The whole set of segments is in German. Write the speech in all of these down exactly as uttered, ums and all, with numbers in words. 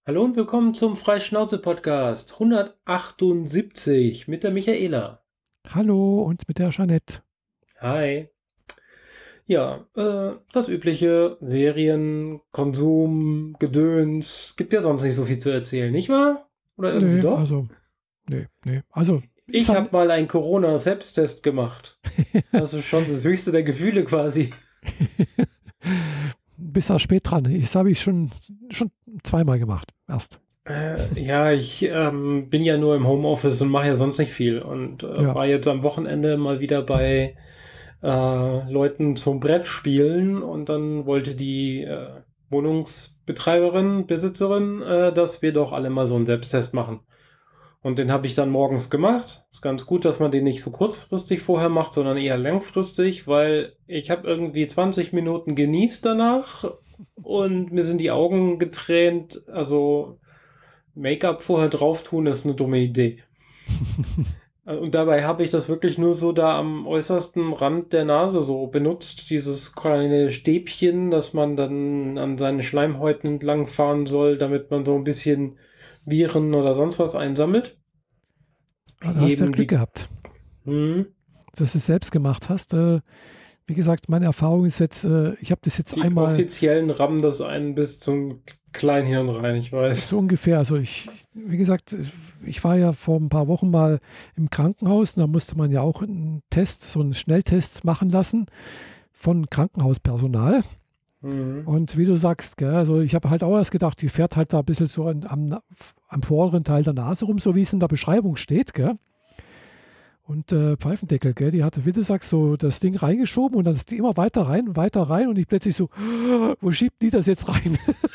Hallo und willkommen zum Freischnauze-Podcast hundertachtundsiebzig mit der Michaela. Hallo und mit der Jeanette. Hi. Ja, äh, das übliche Serien, Konsum, Gedöns. Gibt ja sonst nicht so viel zu erzählen, nicht wahr? Oder irgendwie Nee, doch? also, nee, nee. Also, ist Ich habe halt, mal einen Corona-Selbsttest gemacht. Das ist schon das höchste der Gefühle quasi. bis da spät dran. Das habe ich schon, schon zweimal gemaut. Erst. Äh, ja, ich ähm, bin ja nur im Homeoffice und mache ja sonst nicht viel. Und äh, Ja. war jetzt am Wochenende mal wieder bei äh, Leuten zum Brettspielen und dann wollte die äh, Wohnungsbetreiberin, Besitzerin, äh, dass wir doch alle mal so einen Selbsttest machen. Und den habe ich dann morgens gemacht. Ist ganz gut, dass man den nicht so kurzfristig vorher macht, sondern eher langfristig, weil ich habe irgendwie zwanzig Minuten genießt danach und mir sind die Augen getränt. Also Make-up vorher drauf tun ist eine dumme Idee. Äh, Und dabei habe ich das wirklich nur so da am äußersten Rand der Nase so benutzt, dieses kleine Stäbchen, das man dann an seine Schleimhäuten entlang fahren soll, damit man so ein bisschen Viren oder sonst was einsammelt. Ah, da hast du ja Eben Glück die, gehabt, hm, dass du es selbst gemacht hast. Äh, wie gesagt, meine Erfahrung ist jetzt, äh, ich habe das jetzt die einmal offiziellen rammen das einen bis zum Kleinhirn rein, ich weiß. so ungefähr, also ich, wie gesagt, ich war ja vor ein paar Wochen mal im Krankenhaus und da musste man ja auch einen Test, so einen Schnelltest machen lassen von Krankenhauspersonal. Hm. Und wie du sagst, gell, also ich habe halt auch erst gedacht, die fährt halt da ein bisschen so an, am, am vorderen Teil der Nase rum, so wie es in der Beschreibung steht. Gell. Und äh, Pfeifendeckel, gell, die hatte, wie du sagst, so das Ding reingeschoben und dann ist die immer weiter rein, weiter rein und ich plötzlich so, wo schiebt die das jetzt rein?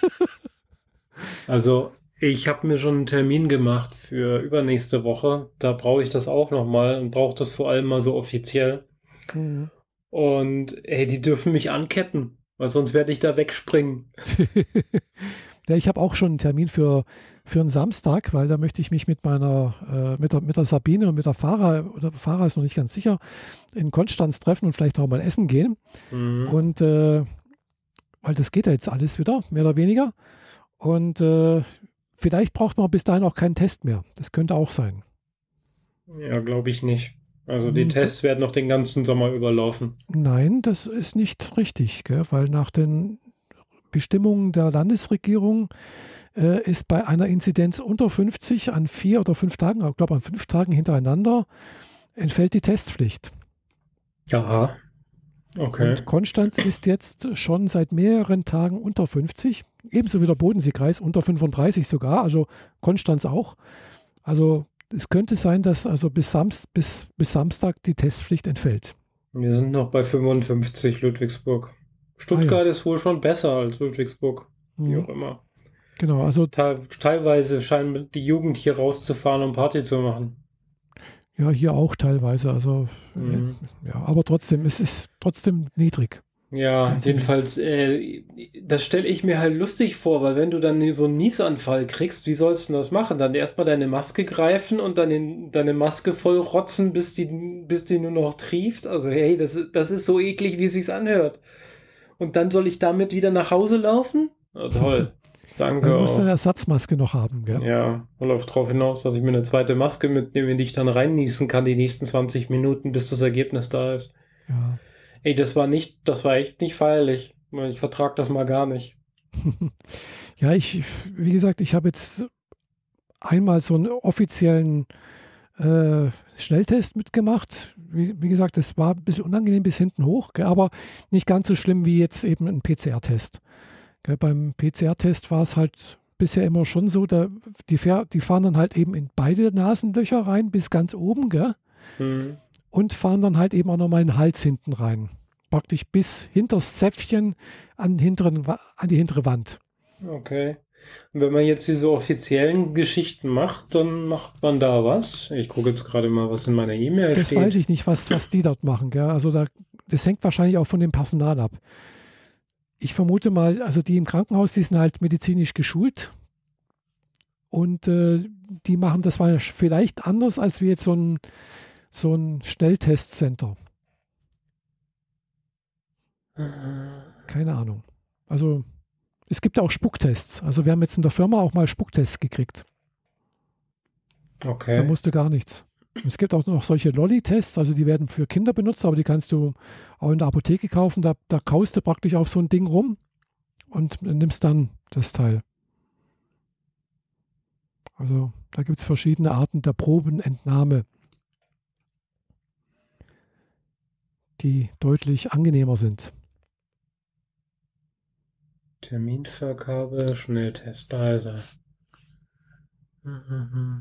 Also, ich habe mir schon einen Termin gemacht für übernächste Woche. Da brauche ich das auch nochmal und brauche das vor allem mal so offiziell. Mhm. Und ey, die dürfen mich anketten, weil sonst werde ich da wegspringen. Ja, ich habe auch schon einen Termin für, für einen Samstag, weil da möchte ich mich mit meiner, äh, mit der, mit der Sabine und mit der Farah, oder Farah ist noch nicht ganz sicher, in Konstanz treffen und vielleicht auch mal essen gehen. Mhm. Und äh, weil das geht ja jetzt alles wieder, mehr oder weniger. Und äh, vielleicht braucht man bis dahin auch keinen Test mehr. Das könnte auch sein. Ja, glaube ich nicht. Also die Und Tests werden noch den ganzen Sommer überlaufen. nein, das ist nicht richtig, gell? Weil nach den Bestimmungen der Landesregierung äh, ist bei einer Inzidenz unter fünfzig an vier oder fünf Tagen, ich glaube an fünf Tagen hintereinander, entfällt die Testpflicht. Aha, okay. Und Konstanz ist jetzt schon seit mehreren Tagen unter fünfzig, ebenso wie der Bodenseekreis, unter fünfunddreißig sogar, also Konstanz auch. Also es könnte sein, dass also bis, Samst, bis, bis Samstag die Testpflicht entfällt. Wir sind noch bei fünfundfünfzig Ludwigsburg. Ah ja, Stuttgart ist wohl schon besser als Ludwigsburg. Wie mhm. auch immer. Genau, also Te teilweise scheint die Jugend hier rauszufahren, um Party zu machen. ja, hier auch teilweise. Also äh, Mhm. ja, aber trotzdem, es ist trotzdem niedrig, die Ja, Inzidenz. jedenfalls, äh, das stelle ich mir halt lustig vor, weil wenn du dann so einen Niesanfall kriegst, wie sollst du das machen? Dann erstmal deine Maske greifen und dann in, deine Maske voll rotzen, bis die, bis die nur noch trieft. Also, hey, das, ist- das ist so eklig, wie es sich anhört. Und dann soll ich damit wieder nach Hause laufen? Na toll. Danke Dann musst du eine auch. Ersatzmaske noch haben, gell? Ja, und läuft drauf hinaus, dass ich mir eine zweite Maske mitnehme, in die ich dann reinniesen kann, die nächsten zwanzig Minuten, bis das Ergebnis da ist. Ja. Ey, das war nicht, das war echt nicht feierlich. Ich vertrag das mal gar nicht. Ja, ich, wie gesagt, ich habe jetzt einmal so einen offiziellen äh, Schnelltest mitgemacht. Wie, wie gesagt, das war ein bisschen unangenehm bis hinten hoch, gell, aber nicht ganz so schlimm wie jetzt eben ein P C R-Test. Gell, beim P C R-Test war es halt bisher immer schon so, da, die, fähr, die fahren dann halt eben in beide Nasenlöcher rein bis ganz oben, gell, Hm, und fahren dann halt eben auch nochmal in den Hals hinten rein. Praktisch bis hinters Zäpfchen an, hinteren, Wa- an die hintere Wand. okay. Und wenn man jetzt diese offiziellen Geschichten macht, dann macht man da was. Ich gucke jetzt gerade mal, was in meiner E-Mail Das weiß steht. ich nicht, was, was die dort machen. Gell? Also da, das hängt wahrscheinlich auch von dem Personal ab. Ich vermute mal, also die im Krankenhaus, die sind halt medizinisch geschult und äh, die machen das war vielleicht anders als wie jetzt so ein, so ein Schnelltestcenter. Äh, Keine Ahnung. Also Es gibt auch Spucktests. Also wir haben jetzt in der Firma auch mal Spucktests gekriegt. Okay. Da musste gar nichts. Es gibt auch noch solche Lolli-Tests, also die werden für Kinder benutzt, aber die kannst du auch in der Apotheke kaufen. Da, da kaust du praktisch auf so ein Ding rum und nimmst dann das Teil. Also da gibt es verschiedene Arten der Probenentnahme, die deutlich angenehmer sind. Terminvergabe, Schnelltest, da ist er. Mhm.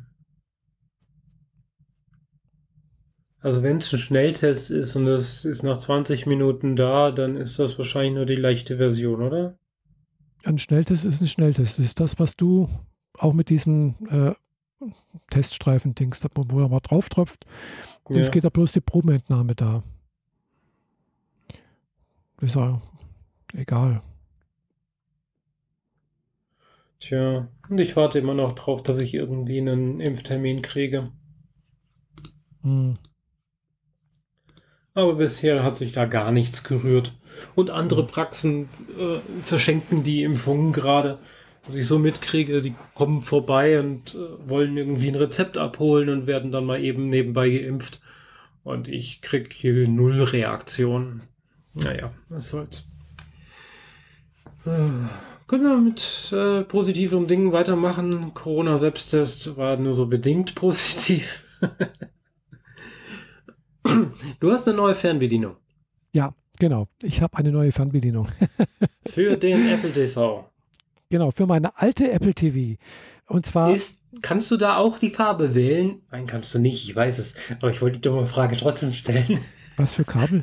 Also wenn es ein Schnelltest ist und es ist nach zwanzig Minuten da, dann ist das wahrscheinlich nur die leichte Version, oder? Ein Schnelltest ist ein Schnelltest. Das ist das, was du auch mit diesem äh, Teststreifen-Dings, wo er mal drauf tropft. Und es Ja. geht da bloß die Probenentnahme da. Das ist ja egal. Tja, und ich warte immer noch drauf, dass ich irgendwie einen Impftermin kriege. Hm. Aber bisher hat sich da gar nichts gerührt. Und andere Praxen äh, verschenken die Impfungen gerade. Was ich so mitkriege, die kommen vorbei und äh, wollen irgendwie ein Rezept abholen und werden dann mal eben nebenbei geimpft. Und ich krieg hier null Reaktion. Naja, was soll's. Äh, können wir mit äh, positiven Dingen weitermachen? Corona-Selbsttest war nur so bedingt positiv. Du hast eine neue Fernbedienung. Ja, genau. Ich habe eine neue Fernbedienung. Für den Apple T V. Genau, für meine alte Apple T V. Und zwar. Ist, kannst du da auch die Farbe wählen? Nein, kannst du nicht, ich weiß es. Aber ich wollte die dumme Frage trotzdem stellen. Was für Kabel?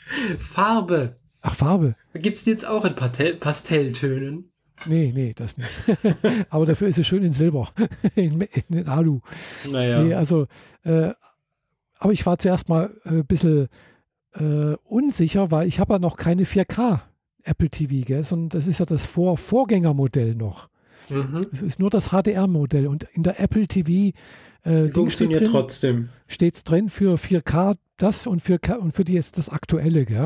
Farbe. Ach, Farbe. Gibt es die jetzt auch in Pastel Pastelltönen? Nee, nee, das nicht. Aber dafür ist es schön in Silber. in, in Alu. Naja. Nee, also. Äh, aber ich war zuerst mal ein äh, bisschen äh, unsicher, weil ich habe ja noch keine vier K Apple T V, gell? Sondern das ist ja das Vor Vorgängermodell noch. Mhm. Es ist nur das H D R-Modell und in der Apple T V äh, funktioniert drin, trotzdem. Steht es drin für vier K das und für, und für die ist das aktuelle, gell?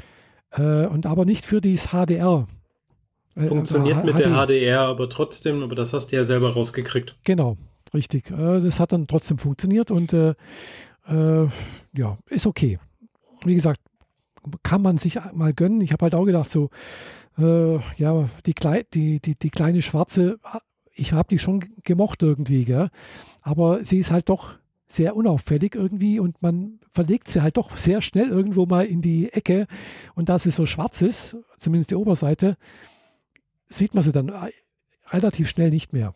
Äh, und aber nicht für dieses H D R. Äh, Funktioniert H- mit H D. der H D R, aber trotzdem, aber das hast du ja selber rausgekriegt. Genau, richtig. Äh, das hat dann trotzdem funktioniert und äh, äh, ja, ist okay. Wie gesagt, kann man sich mal gönnen. Ich habe halt auch gedacht, so, äh, ja, die, Klei die, die, die kleine schwarze, ich habe die schon gemocht irgendwie, gell? Aber sie ist halt doch sehr unauffällig irgendwie und man verlegt sie halt doch sehr schnell irgendwo mal in die Ecke und da sie so schwarz ist, zumindest die Oberseite, sieht man sie dann relativ schnell nicht mehr.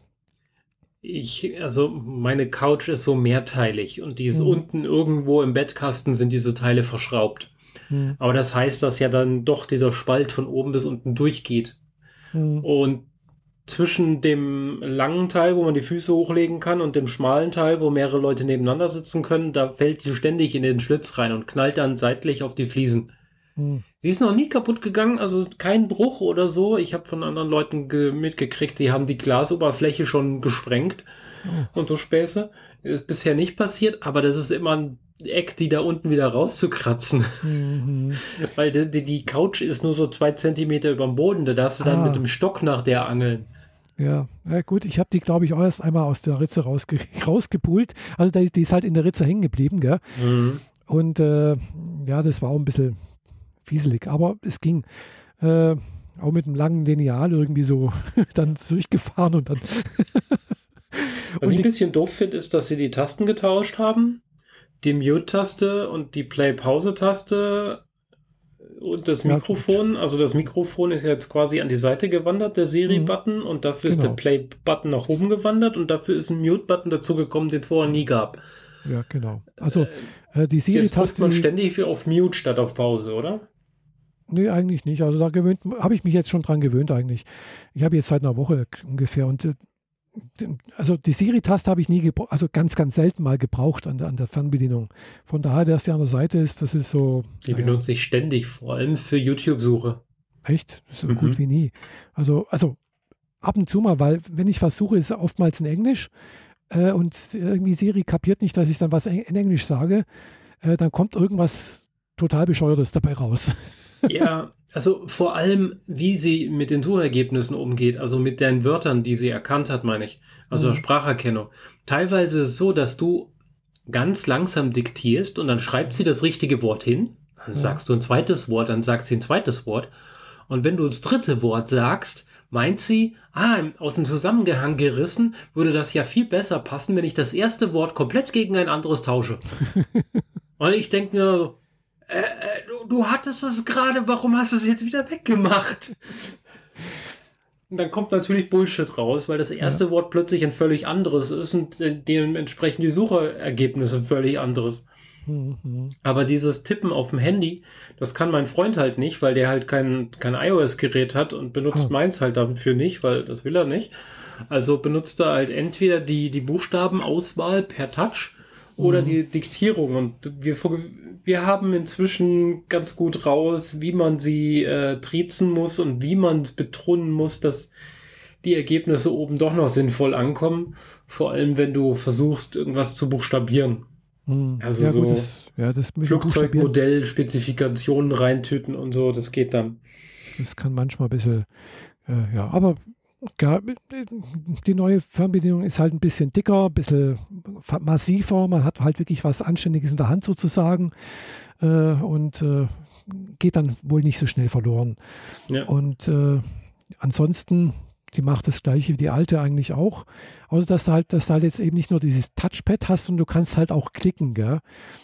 Ich, also meine Couch ist so mehrteilig und die ist Hm. unten irgendwo im Bettkasten sind diese Teile verschraubt. Hm. Aber das heißt, dass ja dann doch dieser Spalt von oben bis unten durchgeht. Hm. Und zwischen dem langen Teil, wo man die Füße hochlegen kann, und dem schmalen Teil, wo mehrere Leute nebeneinander sitzen können, da fällt die ständig in den Schlitz rein und knallt dann seitlich auf die Fliesen. Hm. Sie ist noch nie kaputt gegangen, also kein Bruch oder so. Ich habe von anderen Leuten ge- mitgekriegt, die haben die Glasoberfläche schon gesprengt Oh. und so Späße. Ist bisher nicht passiert, aber das ist immer ein Eck, die da unten wieder rauszukratzen. Mhm. Weil die, die, die Couch ist nur so zwei Zentimeter über dem Boden, da darfst du dann Ah. mit dem Stock nach der angeln. Ja, ja gut, ich habe die, glaube ich, auch erst einmal aus der Ritze rausge rausgepult. Also die, die ist halt in der Ritze hängen geblieben, gell? Mhm. Und äh, ja, das war auch ein bisschen fieselig, aber es ging. Äh, auch mit einem langen Lineal irgendwie so dann durchgefahren und dann. Was und ich die, ein bisschen doof finde, ist, dass sie die Tasten getauscht haben. Die Mute-Taste und die Play-Pause-Taste und das Ja, Mikrofon. Also das Mikrofon ist jetzt quasi an die Seite gewandert, der Siri-Button, und dafür ist Genau. der Play-Button nach oben gewandert und dafür ist ein Mute-Button dazugekommen, den es vorher nie gab. ja, genau. Also äh, die Jetzt drückt Siri-Taste. man ständig auf Mute statt auf Pause, oder? Nee, eigentlich nicht. Also da gewöhnt, habe ich mich jetzt schon dran gewöhnt eigentlich. Ich habe jetzt seit einer Woche ungefähr und äh, also die Siri-Taste habe ich nie gebraucht, also ganz, ganz selten mal gebraucht an der, an der Fernbedienung. Von daher, dass die an der Seite ist, das ist so. Die naja, benutze ich ständig, vor allem für YouTube-Suche. echt? Das ist so Mhm. gut wie nie. Also, also ab und zu mal, weil wenn ich was suche, ist es oftmals in Englisch äh, und irgendwie Siri kapiert nicht, dass ich dann was in Englisch sage, äh, dann kommt irgendwas total Bescheuertes dabei raus. Ja, also vor allem, wie sie mit den Suchergebnissen umgeht, also mit den Wörtern, die sie erkannt hat, meine ich, also Mhm. Spracherkennung. Teilweise ist es so, dass du ganz langsam diktierst und dann schreibt sie das richtige Wort hin, dann Ja. sagst du ein zweites Wort, dann sagt sie ein zweites Wort und wenn du das dritte Wort sagst, meint sie, ah, aus dem Zusammenhang gerissen würde das ja viel besser passen, wenn ich das erste Wort komplett gegen ein anderes tausche. Und ich denke mir so, äh, äh, du, du hattest es gerade, warum hast du es jetzt wieder weggemacht? Und dann kommt natürlich Bullshit raus, weil das erste Ja. Wort plötzlich ein völlig anderes ist und äh, dementsprechend die Suchergebnisse völlig anderes. Mhm. Aber dieses Tippen auf dem Handy, das kann mein Freund halt nicht, weil der halt kein, kein iOS-Gerät hat und benutzt Ah. meins halt dafür nicht, weil das will er nicht. Also benutzt er halt entweder die, die Buchstabenauswahl per Touch oder Mhm. die Diktierung. Und wir, wir haben inzwischen ganz gut raus, wie man sie äh, triezen muss und wie man betonen muss, dass die Ergebnisse oben doch noch sinnvoll ankommen. Vor allem, wenn du versuchst, irgendwas zu buchstabieren. Mhm. Also ja, so gut, das, ja, das mit dem Buchstabieren, Flugzeugmodell, Spezifikationen reintüten und so, das geht dann. das kann manchmal ein bisschen, äh, ja, aber ja, die neue Fernbedienung ist halt ein bisschen dicker, ein bisschen fa- massiver. Man hat halt wirklich was Anständiges in der Hand sozusagen äh, und äh, geht dann wohl nicht so schnell verloren. Ja. Und äh, ansonsten, die macht das gleiche wie die alte eigentlich auch. Außer dass du halt, dass du halt jetzt eben nicht nur dieses Touchpad hast und du kannst halt auch klicken, gell?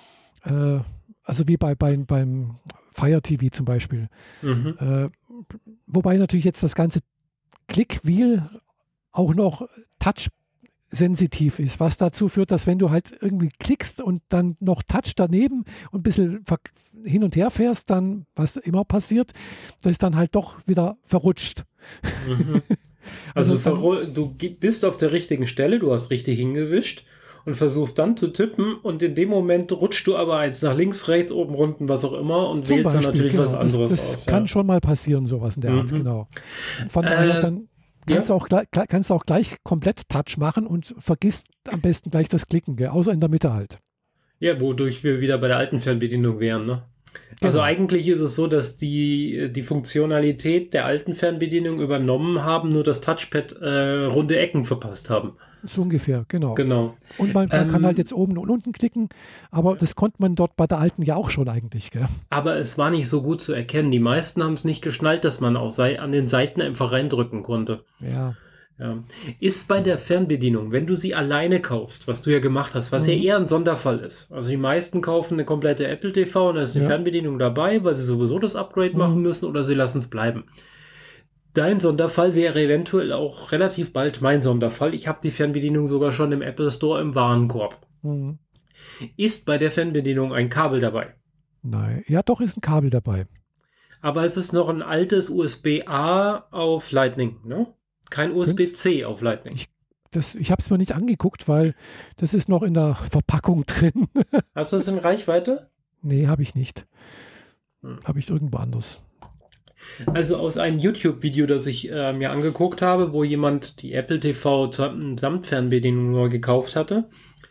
Äh, also wie bei, bei, beim Fire T V zum Beispiel. Mhm. Äh, wobei natürlich jetzt das ganze Clickwheel auch noch touch-sensitiv ist, was dazu führt, dass wenn du halt irgendwie klickst und dann noch Touch daneben und ein bisschen ver- hin und her fährst, dann, was immer passiert, das ist dann halt doch wieder verrutscht. Mhm. Also, Also dann- verro- du ge- bist auf der richtigen Stelle, du hast richtig hingewischt und versuchst dann zu tippen und in dem Moment rutscht du aber eins nach links, rechts, oben, unten, was auch immer und Zum wählst dann Beispiel, natürlich genau, was anderes das, das aus. kann Ja. schon mal passieren, sowas in der Art, Mhm. genau. Von daher, Äh, dann kannst, ja. du auch gleich, kannst du auch gleich komplett Touch machen und vergisst am besten gleich das Klicken, gell? Außer in der Mitte halt. Ja, wodurch wir wieder bei der alten Fernbedienung wären, ne? Also Genau. eigentlich ist es so, dass die die Funktionalität der alten Fernbedienung übernommen haben, nur das Touchpad äh, runde Ecken verpasst haben. So ungefähr, genau. Genau. Und man, man Ähm, kann halt jetzt oben und unten klicken, aber das konnte man dort bei der alten ja auch schon eigentlich, gell? Aber es war nicht so gut zu erkennen. Die meisten haben es nicht geschnallt, dass man auch sei an den Seiten einfach reindrücken konnte. Ja. Ja. Ist bei der Fernbedienung, wenn du sie alleine kaufst, was du ja gemacht hast, was Mhm. ja eher ein Sonderfall ist. Also die meisten kaufen eine komplette Apple T V und da ist die Ja. Fernbedienung dabei, weil sie sowieso das Upgrade Mhm. machen müssen oder sie lassen es bleiben. Dein Sonderfall wäre eventuell auch relativ bald mein Sonderfall. Ich habe die Fernbedienung sogar schon im Apple Store im Warenkorb. Mhm. Ist bei der Fernbedienung ein Kabel dabei? Nein. Ja, doch ist ein Kabel dabei. Aber es ist noch ein altes U S B A auf Lightning, ne? Kein U S B C auf Lightning. Ich, das, ich habe es mir nicht angeguckt, weil das ist noch in der Verpackung drin. Hast du es in Reichweite? Nee, habe ich nicht. Hm. Habe ich irgendwo anders. Also aus einem YouTube-Video, das ich äh, mir angeguckt habe, wo jemand die Apple T V samt Fernbedienung neu gekauft hatte,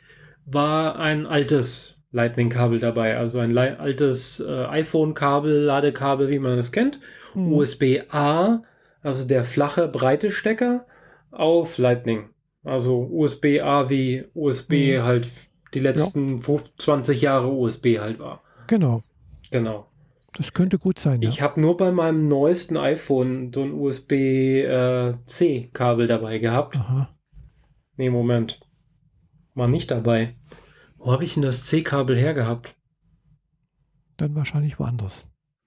war ein altes Lightning-Kabel dabei. Also ein le- altes äh, iPhone-Kabel, Ladekabel, wie man es kennt. Hm. U S B A, also der flache, breite Stecker auf Lightning. Also U S B A wie U S B Hm. halt die letzten zwanzig Jahre U S B halt war. Genau. Genau. Das könnte gut sein, ja. Ich habe nur bei meinem neuesten iPhone so ein U S B C-Kabel dabei gehabt. Aha. Nee, Moment. War nicht dabei. Wo habe ich denn das C-Kabel hergehabt? Dann wahrscheinlich woanders.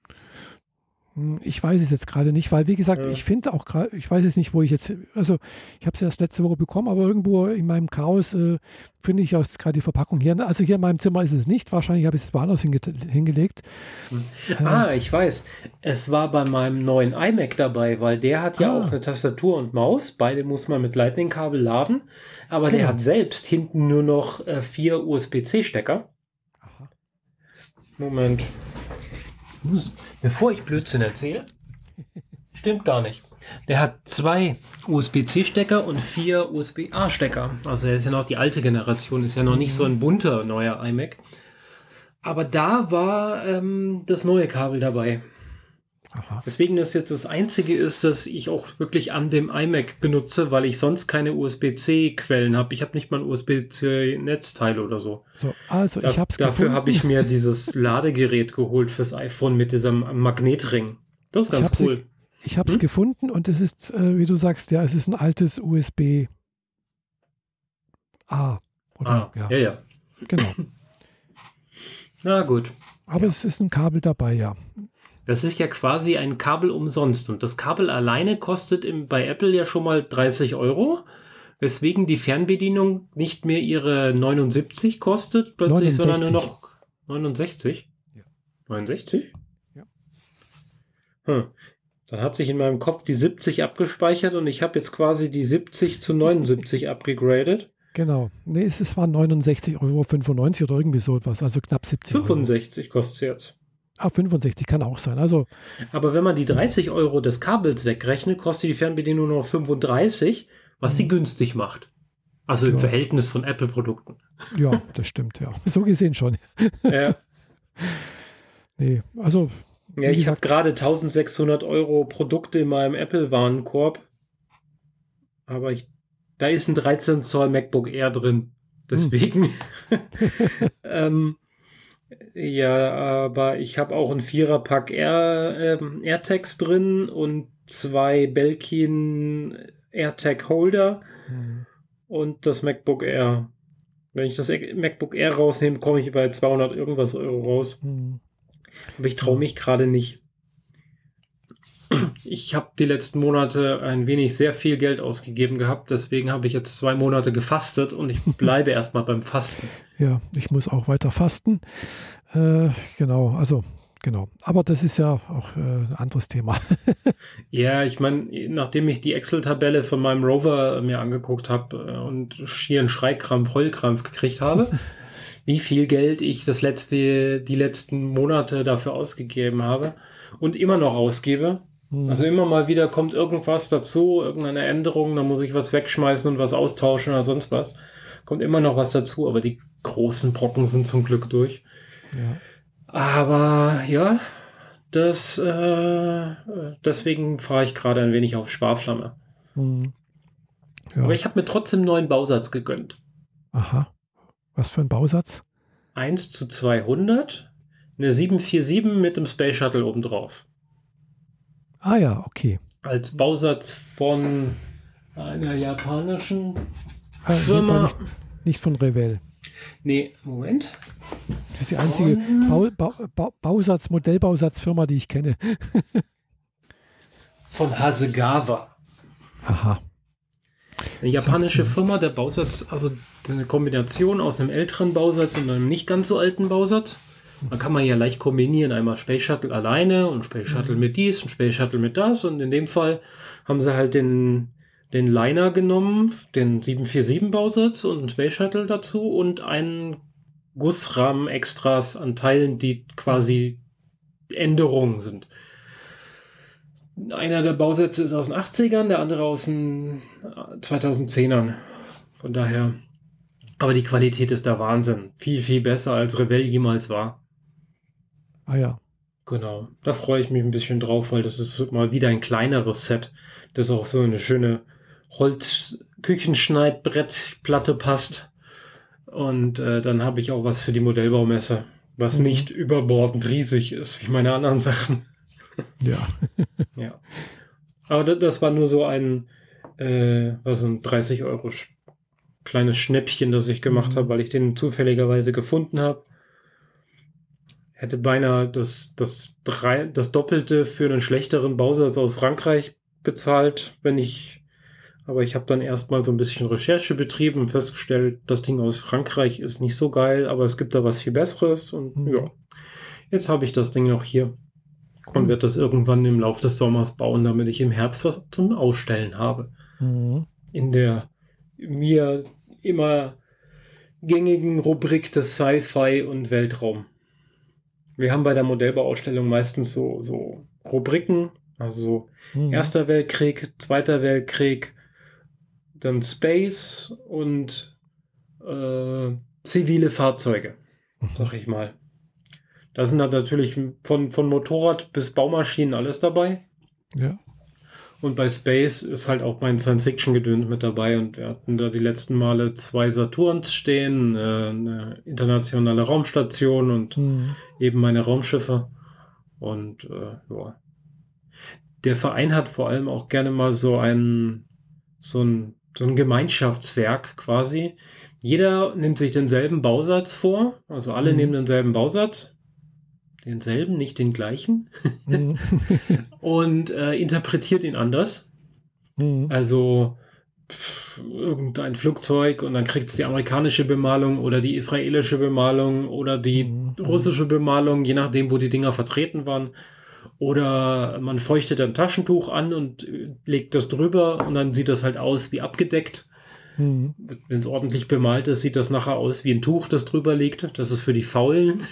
Hm, Ich weiß es jetzt gerade nicht, weil wie gesagt, Ja. ich finde auch gerade, ich weiß jetzt nicht, wo ich jetzt, also ich habe es erst letzte Woche bekommen, aber irgendwo in meinem Chaos äh, finde ich jetzt gerade die Verpackung hier. Also hier in meinem Zimmer ist es nicht, wahrscheinlich habe ich es woanders hinge hingelegt. Hm. Ah, ich weiß. Es war bei meinem neuen iMac dabei, weil der hat ja Ah. auch eine Tastatur und Maus. Beide muss man mit Lightning-Kabel laden. Aber der Genau. hat selbst hinten nur noch äh, vier U S B C-Stecker. Aha. Moment. Ich muss- Bevor ich Blödsinn erzähle, stimmt gar nicht. Der hat zwei U S B C-Stecker und vier U S B A-Stecker. Also er ist ja noch die alte Generation, ist ja noch nicht so ein bunter neuer iMac. Aber da war ähm, das neue Kabel dabei. Aha. Deswegen das jetzt das Einzige ist, dass ich auch wirklich an dem iMac benutze, weil ich sonst keine U S B-C-Quellen habe. Ich habe nicht mal ein U S B-C-Netzteil oder so. So, also Da, ich habe es dafür gefunden. habe ich mir dieses Ladegerät geholt fürs iPhone mit diesem Magnetring. Das ist Ich ganz habe cool. Ich habe es Hm? gefunden und es ist, äh, wie du sagst, ja, es ist ein altes U S B A. Oder, Ah, ja, ja, ja. genau. Na gut. Aber Ja. es ist ein Kabel dabei, ja. Das ist ja quasi ein Kabel umsonst. Und das Kabel alleine kostet im, bei Apple ja schon mal dreißig Euro, weswegen die Fernbedienung nicht mehr ihre neunundsiebzig kostet, plötzlich, sondern nur neunundsechzig. noch neunundsechzig. Ja. neunundsechzig? Ja. Hm. Dann hat sich in meinem Kopf die siebzig abgespeichert und ich habe jetzt quasi die siebzig zu neunundsiebzig abgegradet. Genau. Nee, es, es waren neunundsechzig Euro fünfundneunzig oder irgendwie so etwas, also knapp siebzig Euro. fünfundsechzig kostet es jetzt. Ah, fünfundsechzig kann auch sein. Also, Aber wenn man die dreißig Euro des Kabels wegrechnet, kostet die Fernbedienung nur noch fünfunddreißig, was sie Mhm. günstig macht. Also im Ja. Verhältnis von Apple-Produkten. ja, das stimmt, ja. So gesehen schon. Ja, Nee, also, ja wie ich habe gesagt, gerade eintausendsechshundert Euro Produkte in meinem Apple-Warenkorb. Aber ich, da ist ein dreizehn Zoll MacBook Air drin. Deswegen. ähm, ja, aber ich habe auch ein Vierer-Pack Air, ähm, AirTags drin und zwei Belkin AirTag-Holder hm, und das MacBook Air. Wenn ich das MacBook Air rausnehme, komme ich bei zweihundert irgendwas Euro raus. hm, Aber ich traue Ja. mich gerade nicht. Ich habe die letzten Monate ein wenig sehr viel Geld ausgegeben gehabt. Deswegen habe ich jetzt zwei Monate gefastet und ich bleibe erstmal beim Fasten. ja, ich muss auch weiter fasten. Äh, genau, also, genau. Aber das ist ja auch äh, ein anderes Thema. Ja, ich meine, nachdem ich die Excel-Tabelle von meinem Rover mir angeguckt habe äh, und schier einen Schreikrampf, Heulkrampf gekriegt habe, wie viel Geld ich das letzte, die letzten Monate dafür ausgegeben habe und immer noch ausgebe. Hm, Also immer mal wieder kommt irgendwas dazu, irgendeine Änderung, dann muss ich was wegschmeißen und was austauschen oder sonst was. Kommt immer noch was dazu, aber die großen Brocken sind zum Glück durch. ja. Aber ja, das äh, deswegen fahre ich gerade ein wenig auf Sparflamme. Hm, ja. Aber ich habe mir trotzdem einen neuen Bausatz gegönnt. Aha. Was für ein Bausatz? eins zu zweihundert, eine sieben vier sieben mit dem Space Shuttle obendrauf. Ah ja, okay. Als Bausatz von einer japanischen Äh, in jedem Fall Firma. nicht, nicht von Revell. Nee, Moment. Das ist die einzige Bau, Bau, Bau, Bausatz, Modellbausatzfirma, die ich kenne. Von Hasegawa. Aha. Eine japanische Sagt mir Firma, der Bausatz, also eine Kombination aus einem älteren Bausatz und einem nicht ganz so alten Bausatz. Da kann man ja leicht kombinieren, einmal Space Shuttle alleine und Space Shuttle mit dies und Space Shuttle mit das. Und in dem Fall haben sie halt den, den Liner genommen, den sieben vier sieben Bausatz und einen Space Shuttle dazu und einen Gussrahmen Extras an Teilen, die quasi Änderungen sind. Einer der Bausätze ist aus den achtzigern, der andere aus den zweitausendzehnern. Von daher. Aber die Qualität ist der Wahnsinn. Viel, viel besser als Revell jemals war. Ah ja. Genau. Da freue ich mich ein bisschen drauf, weil das ist mal wieder ein kleineres Set, das auch so eine schöne Holz-Küchenschneidbrettplatte passt. Und äh, dann habe ich auch was für die Modellbaumesse, was Mhm. nicht überbordend riesig ist, wie meine anderen Sachen. Ja. Ja. Aber das, das war nur so ein, äh, was ein dreißig Euro sch- kleines Schnäppchen, das ich gemacht Mhm. habe, weil ich den zufälligerweise gefunden habe. Hätte beinahe das, das, drei, das Doppelte für einen schlechteren Bausatz aus Frankreich bezahlt, wenn ich, aber ich habe dann erstmal so ein bisschen Recherche betrieben und festgestellt, das Ding aus Frankreich ist nicht so geil, aber es gibt da was viel Besseres und Mhm. ja, jetzt habe ich das Ding noch hier. Und Cool. werde das irgendwann im Laufe des Sommers bauen, damit ich im Herbst was zum Ausstellen habe. Mhm. In der mir immer gängigen Rubrik des Sci-Fi und Weltraum. Wir haben bei der Modellbauausstellung meistens so, so Rubriken, also so Mhm. Erster Weltkrieg, Zweiter Weltkrieg, dann Space und äh, zivile Fahrzeuge, sag ich mal. Da sind halt natürlich von, von Motorrad bis Baumaschinen alles dabei. Ja. Und bei Space ist halt auch mein Science-Fiction-Gedöns mit dabei. Und wir hatten da die letzten Male zwei Saturns stehen, äh, eine internationale Raumstation und Mhm. eben meine Raumschiffe. Und äh, ja. Der Verein hat vor allem auch gerne mal so ein, so ein, so ein Gemeinschaftswerk quasi. Jeder nimmt sich denselben Bausatz vor, also alle Mhm. nehmen denselben Bausatz. Denselben, nicht den gleichen. Mhm. Und äh, interpretiert ihn anders. Mhm. Also pff, irgendein Flugzeug und dann kriegt es die amerikanische Bemalung oder die israelische Bemalung oder die Mhm. russische Bemalung, je nachdem, wo die Dinger vertreten waren. Oder man feuchtet ein Taschentuch an und äh, legt das drüber und dann sieht das halt aus wie abgedeckt. Mhm. Wenn es ordentlich bemalt ist, sieht das nachher aus wie ein Tuch, das drüber liegt. Das ist für die Faulen.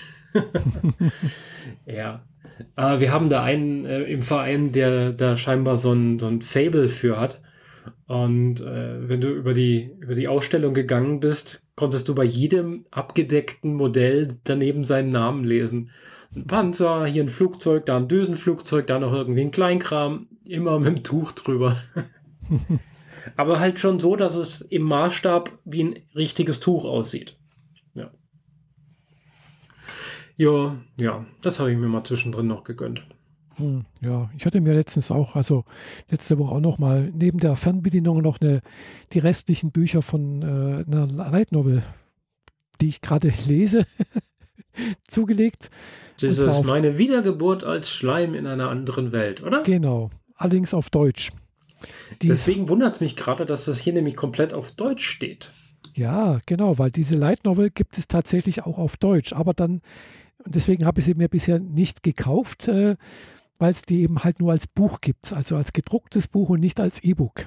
Ja. Äh, wir haben da einen äh, im Verein, der da scheinbar so ein, so ein Faible für hat. Und äh, wenn du über die, über die Ausstellung gegangen bist, konntest du bei jedem abgedeckten Modell daneben seinen Namen lesen. Ein Panzer, hier ein Flugzeug, da ein Düsenflugzeug, da noch irgendwie ein Kleinkram, immer mit dem Tuch drüber. Aber halt schon so, dass es im Maßstab wie ein richtiges Tuch aussieht. Ja. Ja, ja, das habe ich mir mal zwischendrin noch gegönnt. Hm, Ja, ich hatte mir letztens auch, also letzte Woche auch noch mal neben der Fernbedienung noch eine, die restlichen Bücher von äh, einer Light Novel, die ich gerade lese, zugelegt. Das Und zwar ist auf, meine Wiedergeburt als Schleim in einer anderen Welt, oder? genau, allerdings auf Deutsch. Die ist, Deswegen wundert es mich gerade, dass das hier nämlich komplett auf Deutsch steht. ja, genau, weil diese Light Novel gibt es tatsächlich auch auf Deutsch, aber dann, und deswegen habe ich sie mir bisher nicht gekauft, äh, weil es die eben halt nur als Buch gibt, also als gedrucktes Buch und nicht als E-Book.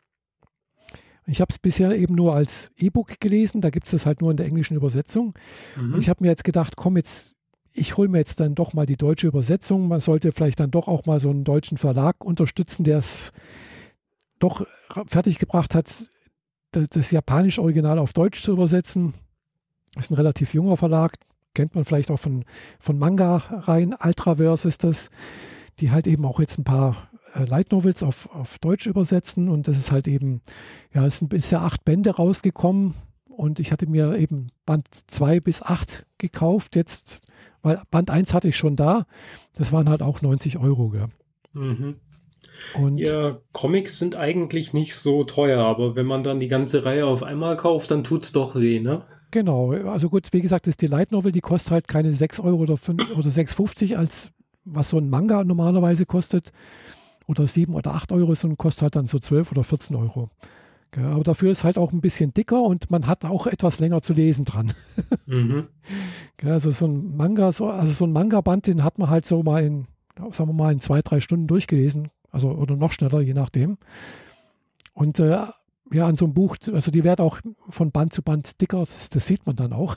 Ich habe es bisher eben nur als E-Book gelesen, da gibt es das halt nur in der englischen Übersetzung. Mhm. Und ich habe mir jetzt gedacht, komm jetzt, ich hole mir jetzt dann doch mal die deutsche Übersetzung. Man sollte vielleicht dann doch auch mal so einen deutschen Verlag unterstützen, der es doch fertiggebracht hat, das, das japanische Original auf Deutsch zu übersetzen. Das ist ein relativ junger Verlag, kennt man vielleicht auch von, von Manga-Reihen. Ultraverse ist das, die halt eben auch jetzt ein paar äh, Light Novels auf, auf Deutsch übersetzen. Und das ist halt eben, ja, es sind bisher acht Bände rausgekommen. Und ich hatte mir eben Band zwei bis acht gekauft jetzt, weil Band eins hatte ich schon da. Das waren halt auch neunzig Euro. Gell? Mhm. Und Ja, Comics sind eigentlich nicht so teuer, aber wenn man dann die ganze Reihe auf einmal kauft, dann tut's doch weh, ne? genau, also gut, wie gesagt, das ist die Light Novel, die kostet halt keine sechs Euro oder, fünf oder sechs fünfzig, als was so ein Manga normalerweise kostet. Oder sieben oder acht Euro, sondern kostet halt dann so zwölf oder vierzehn Euro. Ja, aber dafür ist halt auch ein bisschen dicker und man hat auch etwas länger zu lesen dran. Mhm. Ja, also so ein Manga, so, also so ein Manga-Band, den hat man halt so mal in, sagen wir mal, in zwei, drei Stunden durchgelesen. Also oder noch schneller, je nachdem. Und äh, ja, an so einem Buch, also die werden auch von Band zu Band dicker, das, das sieht man dann auch.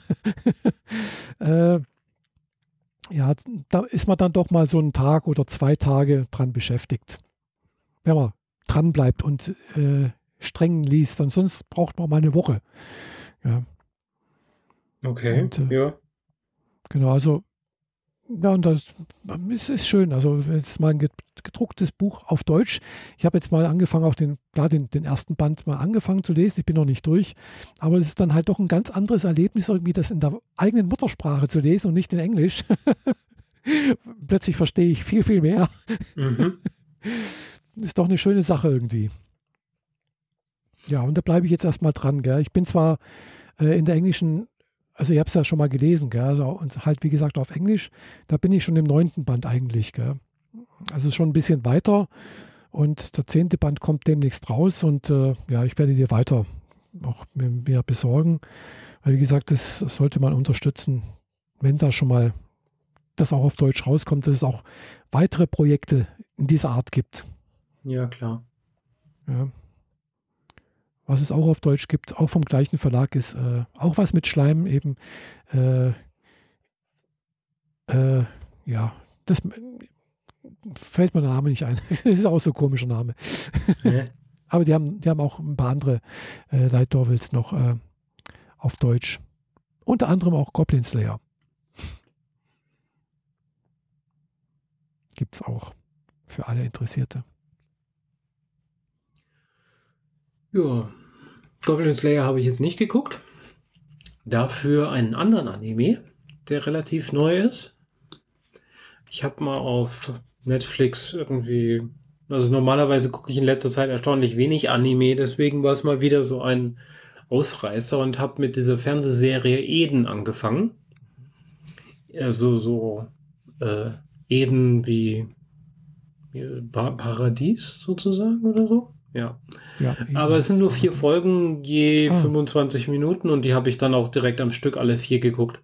äh, ja, da ist man dann doch mal so einen Tag oder zwei Tage dran beschäftigt. Wenn man dran bleibt und äh, streng liest, und sonst braucht man mal eine Woche. Ja. Okay, Und, äh, ja. Genau, also ja, und das ist, ist schön. Also jetzt mal ein gedrucktes Buch auf Deutsch. Ich habe jetzt mal angefangen, auch den, klar, den, den ersten Band mal angefangen zu lesen. Ich bin noch nicht durch. Aber es ist dann halt doch ein ganz anderes Erlebnis, irgendwie das in der eigenen Muttersprache zu lesen und nicht in Englisch. Plötzlich verstehe ich viel, viel mehr. Mhm. Ist doch eine schöne Sache irgendwie. Ja, und da bleibe ich jetzt erstmal dran. Gell? Ich bin zwar äh, in der englischen, also ich habe es ja schon mal gelesen, gell? Also, und halt wie gesagt auf Englisch, da bin ich schon im neunten Band eigentlich. Gell? Also schon ein bisschen weiter und der zehnte Band kommt demnächst raus und äh, ja, ich werde dir weiter auch mir, mir besorgen. Weil wie gesagt, das sollte man unterstützen, wenn da schon mal das auch auf Deutsch rauskommt, dass es auch weitere Projekte in dieser Art gibt. Ja, klar. Ja. Was es auch auf Deutsch gibt, auch vom gleichen Verlag, ist äh, auch was mit Schleim eben. Äh, äh, ja, das fällt mir der Name nicht ein. Das ist auch so ein komischer Name. Hä? Aber die haben, die haben auch ein paar andere äh, Light Novels noch äh, auf Deutsch. Unter anderem auch Goblin Slayer. gibt es auch für alle Interessierte. Ja, Goblin Slayer habe ich jetzt nicht geguckt. Dafür einen anderen Anime, der relativ neu ist. Ich habe mal auf Netflix irgendwie, also normalerweise gucke ich in letzter Zeit erstaunlich wenig Anime, deswegen war es mal wieder so ein Ausreißer und habe mit dieser Fernsehserie Eden angefangen. Also so äh, Eden wie, wie pa- Paradies sozusagen oder so. Ja. Ja, Aber es sind nur vier Paradies. Folgen je Ah. fünfundzwanzig Minuten und die habe ich dann auch direkt am Stück alle vier geguckt.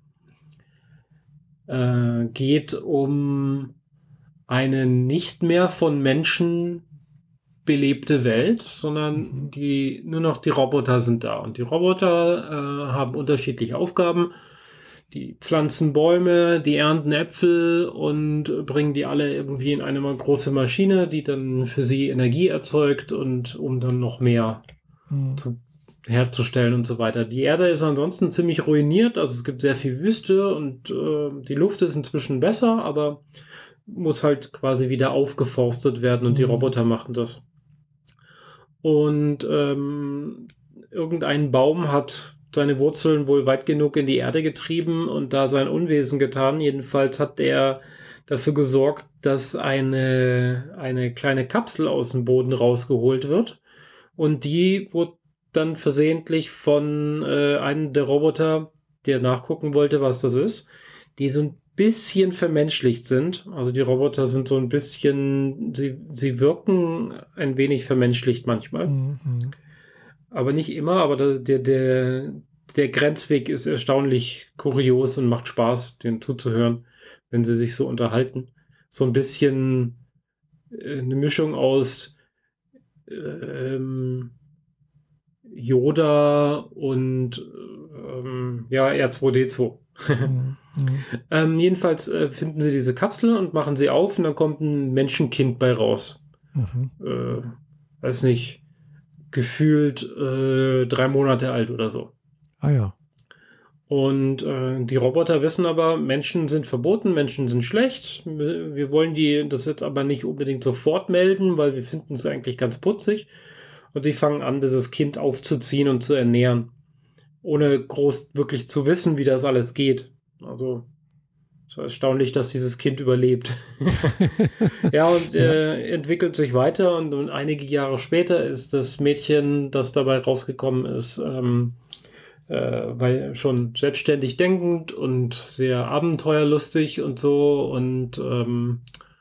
Äh, geht um eine nicht mehr von Menschen belebte Welt, sondern Mhm. die nur noch die Roboter sind da. Und die Roboter äh, haben unterschiedliche Aufgaben. Die pflanzen Bäume, die ernten Äpfel und bringen die alle irgendwie in eine große Maschine, die dann für sie Energie erzeugt und um dann noch mehr Mhm. zu, herzustellen und so weiter. Die Erde ist ansonsten ziemlich ruiniert, also es gibt sehr viel Wüste und äh, die Luft ist inzwischen besser, aber muss halt quasi wieder aufgeforstet werden und die Mhm. Roboter machen das. Und ähm, irgendein Baum hat seine Wurzeln wohl weit genug in die Erde getrieben und da sein Unwesen getan. Jedenfalls hat er dafür gesorgt, dass eine, eine kleine Kapsel aus dem Boden rausgeholt wird. Und die wurde dann versehentlich von äh, einem der Roboter, der nachgucken wollte, was das ist, die so ein bisschen vermenschlicht sind. Also die Roboter sind so ein bisschen, sie, sie wirken ein wenig vermenschlicht manchmal. Mhm. Aber nicht immer, aber der, der, der, der Grenzweg ist erstaunlich kurios und macht Spaß, denen zuzuhören, wenn sie sich so unterhalten. So ein bisschen äh, eine Mischung aus ähm, Yoda und ähm, ja, R zwei D zwei. Mhm. Mhm. ähm, jedenfalls äh, finden sie diese Kapsel und machen sie auf und dann kommt ein Menschenkind bei raus. Mhm. Äh, weiß nicht, gefühlt äh, drei Monate alt oder so. Ah ja. Und äh, die Roboter wissen aber, Menschen sind verboten, Menschen sind schlecht. Wir wollen die das jetzt aber nicht unbedingt sofort melden, weil wir finden es eigentlich ganz putzig. Und die fangen an, dieses Kind aufzuziehen und zu ernähren, ohne groß wirklich zu wissen, wie das alles geht. Also es ist erstaunlich, dass dieses Kind überlebt. Ja, und Ja. äh, entwickelt sich weiter und, und einige Jahre später ist das Mädchen, das dabei rausgekommen ist, ähm, äh, weil schon selbstständig denkend und sehr abenteuerlustig und so und ähm,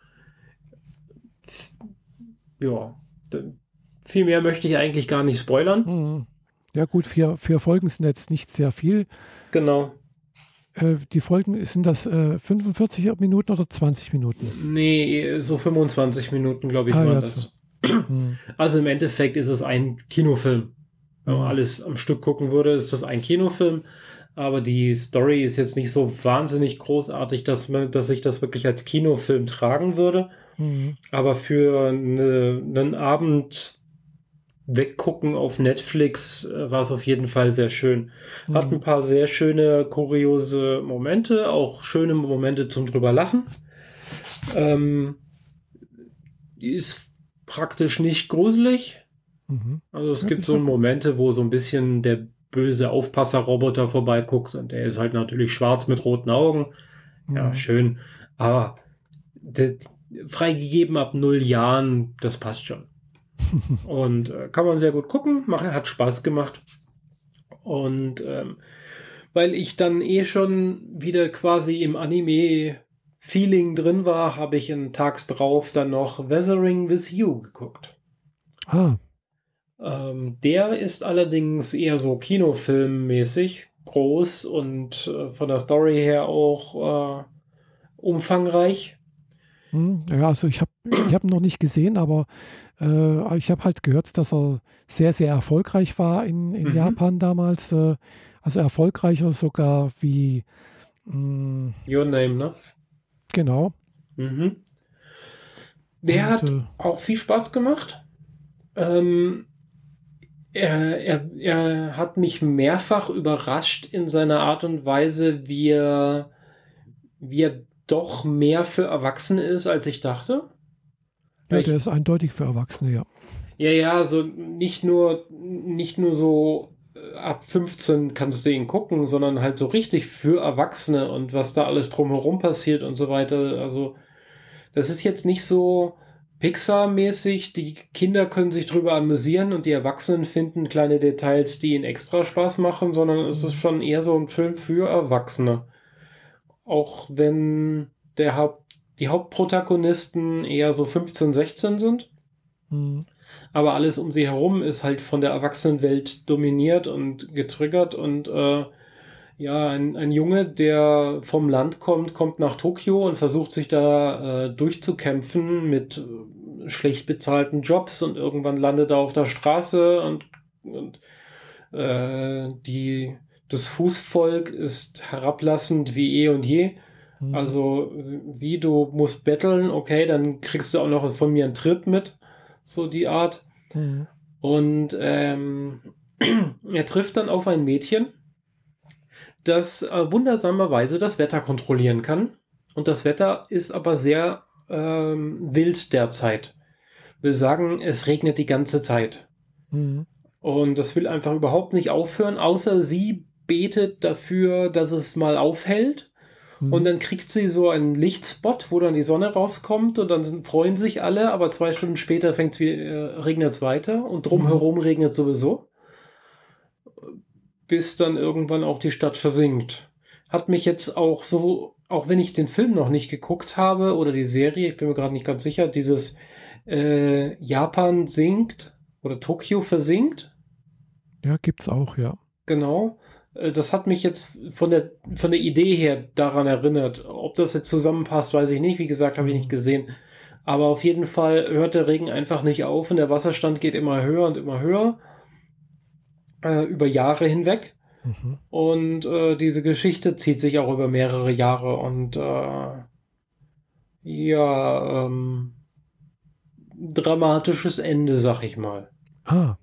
ja, d- viel mehr möchte ich eigentlich gar nicht spoilern. Mhm. Ja gut, vier, vier Folgen sind jetzt nicht sehr viel. Genau. Äh, die Folgen, sind das äh, fünfundvierzig Minuten oder zwanzig Minuten? Nee, so fünfundzwanzig Minuten, glaube ich, Ah waren ja. das. Mhm. Also im Endeffekt ist es ein Kinofilm. Wenn man Mhm. alles am Stück gucken würde, ist das ein Kinofilm. Aber die Story ist jetzt nicht so wahnsinnig großartig, dass man, dass sich das wirklich als Kinofilm tragen würde. Mhm. Aber für eine, einen Abend weggucken auf Netflix äh, war es auf jeden Fall sehr schön. Hat ein Mhm. paar sehr schöne, kuriose Momente, auch schöne Momente zum drüber lachen. Ähm, ist praktisch nicht gruselig. Mhm. Also es Ja, gibt das ist so ja gut. Momente, wo so ein bisschen der böse Aufpasser-Roboter vorbeiguckt und der ist halt natürlich schwarz mit roten Augen. Ja, Mhm. schön. Aber de- freigegeben ab null Jahren, das passt schon. Und äh, kann man sehr gut gucken, macht, hat Spaß gemacht. Und ähm, weil ich dann eh schon wieder quasi im Anime-Feeling drin war, habe ich einen Tags drauf dann noch Weathering with You geguckt. Ah, Ähm, der ist allerdings eher so Kinofilmmäßig groß und äh, von der Story her auch äh, umfangreich. hm, ja, also ich habe ich hab ihn noch nicht gesehen, aber äh, ich habe halt gehört, dass er sehr, sehr erfolgreich war in, in Mhm. Japan damals. Äh, also erfolgreicher sogar wie, mh, Your Name, ne? genau. Mhm. Der Und hat äh, auch viel Spaß gemacht. Ähm, er, er, er hat mich mehrfach überrascht in seiner Art und Weise, wie er, wie er doch mehr für Erwachsene ist, als ich dachte. Ja, Ich, der ist eindeutig für Erwachsene, ja. ja, ja, also nicht nur, nicht nur so äh, ab fünfzehn kannst du ihn gucken, sondern halt so richtig für Erwachsene und was da alles drumherum passiert und so weiter. Also das ist jetzt nicht so Pixar-mäßig, die Kinder können sich drüber amüsieren und die Erwachsenen finden kleine Details, die ihnen extra Spaß machen, sondern es ist schon eher so ein Film für Erwachsene. Auch wenn der Haupt, die Hauptprotagonisten eher so fünfzehn, sechzehn sind. Mhm. Aber alles um sie herum ist halt von der Erwachsenenwelt dominiert und getriggert und äh, ja, ein, ein Junge, der vom Land kommt, kommt nach Tokio und versucht sich da äh, durchzukämpfen mit äh, schlecht bezahlten Jobs und irgendwann landet er auf der Straße und, und äh, die, das Fußvolk ist herablassend wie eh und je. Mhm. Also wie, du musst betteln, okay, dann kriegst du auch noch von mir einen Tritt mit, so die Art. Mhm. Und ähm, er trifft dann auf ein Mädchen, das äh, wundersamerweise das Wetter kontrollieren kann. Und das Wetter ist aber sehr ähm, wild derzeit. Will sagen, es regnet die ganze Zeit. Mhm. Und das will einfach überhaupt nicht aufhören, außer sie betet dafür, dass es mal aufhält. Mhm. Und dann kriegt sie so einen Lichtspot, wo dann die Sonne rauskommt und dann sind, freuen sich alle, aber zwei Stunden später fängt's wieder, äh, regnet es weiter und drumherum mhm. regnet sowieso. Bis dann irgendwann auch die Stadt versinkt. Hat mich jetzt auch so, auch wenn ich den Film noch nicht geguckt habe oder die Serie, ich bin mir gerade nicht ganz sicher, dieses äh, Japan sinkt oder Tokio versinkt. Ja, gibt's auch, ja. Genau. Äh, das hat mich jetzt von der, von der Idee her daran erinnert. Ob das jetzt zusammenpasst, weiß ich nicht. Wie gesagt, habe ich nicht gesehen. Aber auf jeden Fall hört der Regen einfach nicht auf und der Wasserstand geht immer höher und immer höher. Über Jahre hinweg. Mhm. Und äh, diese Geschichte zieht sich auch über mehrere Jahre und äh, ja, ähm, dramatisches Ende, sag ich mal. Ah.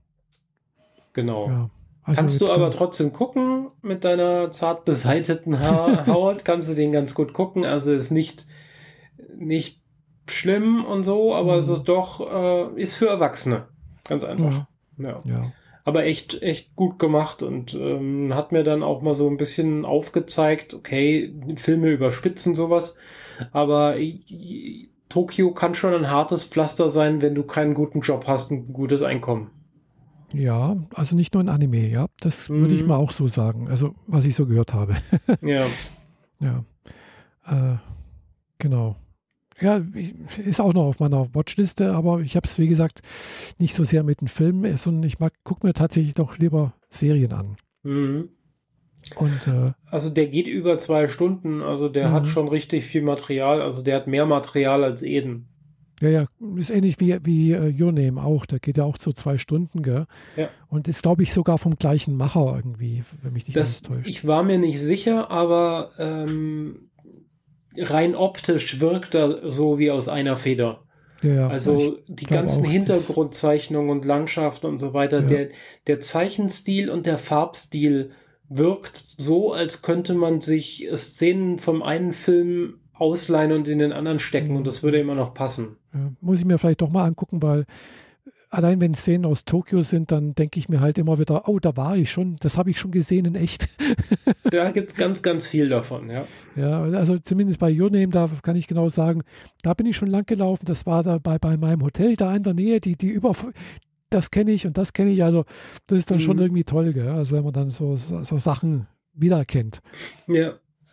Genau. Ja. Also kannst du jetzt aber dann trotzdem gucken mit deiner zart beseiteten ha- Haut, kannst du den ganz gut gucken. Also ist nicht, nicht schlimm und so, aber Mhm. es ist doch, äh, ist für Erwachsene. Ganz einfach. Ja. Ja. Aber echt, echt gut gemacht und ähm, hat mir dann auch mal so ein bisschen aufgezeigt, okay, Filme überspitzen sowas, aber äh, Tokio kann schon ein hartes Pflaster sein, wenn du keinen guten Job hast, ein gutes Einkommen. Ja, also nicht nur ein Anime, ja, das Mhm. würde ich mal auch so sagen, also was ich so gehört habe. Ja. Ja, äh, genau. Ja, ich- ist auch noch auf meiner Watchliste, aber ich habe es, wie gesagt, nicht so sehr mit den Filmen, sondern ich mag, gucke mir tatsächlich doch lieber Serien an. Mhm. Und äh, Also der geht über zwei Stunden, also der Mhm. hat schon richtig viel Material, also der hat mehr Material als Eden. ja, ja, ist ähnlich wie, wie äh, Your Name auch, der geht ja auch so zwei Stunden, gell? Ja. Und ist, glaube ich, sogar vom gleichen Macher irgendwie, wenn mich nicht alles Das, täuscht. ich war mir nicht sicher, aber ähm, rein optisch wirkt er so wie aus einer Feder. Ja, ja, Also ich die glaub ganzen auch, das- Hintergrundzeichnungen und Landschaft und so weiter, Ja. der, der Zeichenstil und der Farbstil wirkt so, als könnte man sich Szenen vom einen Film ausleihen und in den anderen stecken Mhm. und das würde immer noch passen. Ja, muss ich mir vielleicht doch mal angucken, weil allein wenn Szenen aus Tokio sind, dann denke ich mir halt immer wieder, oh, da war ich schon, das habe ich schon gesehen in echt. Da gibt es ganz, ganz viel davon, ja. Ja, also zumindest bei Your Name, da kann ich genau sagen, da bin ich schon lang gelaufen, das war da bei, bei meinem Hotel da in der Nähe, die, die über, das kenne ich und das kenne ich, also das ist dann Mhm. schon irgendwie toll, gell? Also wenn man dann so, so, so Sachen wiedererkennt. Ja,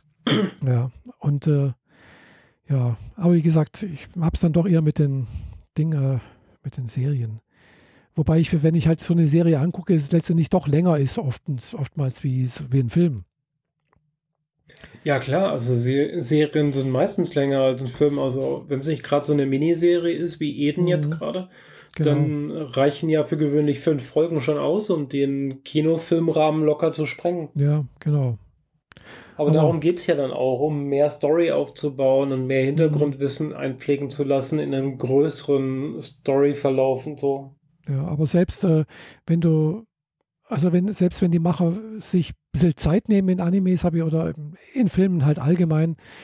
Ja, und äh, ja, aber wie gesagt, ich habe es dann doch eher mit den Dingen, äh, mit den Serien. Wobei ich, wenn ich halt so eine Serie angucke, es letztendlich doch länger ist, oftens, oftmals wie, wie ein Film. ja klar, also Se Serien sind meistens länger als ein Film. Also wenn es nicht gerade so eine Miniserie ist, wie Eden Mhm. jetzt gerade, Genau. dann reichen ja für gewöhnlich fünf Folgen schon aus, um den Kinofilmrahmen locker zu sprengen. Ja, genau. Aber, Aber- darum geht es ja dann auch, um mehr Story aufzubauen und mehr Hintergrundwissen einpflegen zu lassen in einem größeren Storyverlauf und so. Ja, aber selbst äh, wenn du, also wenn, selbst wenn die Macher sich ein bisschen Zeit nehmen in Animes habe ich, oder in Filmen halt allgemein,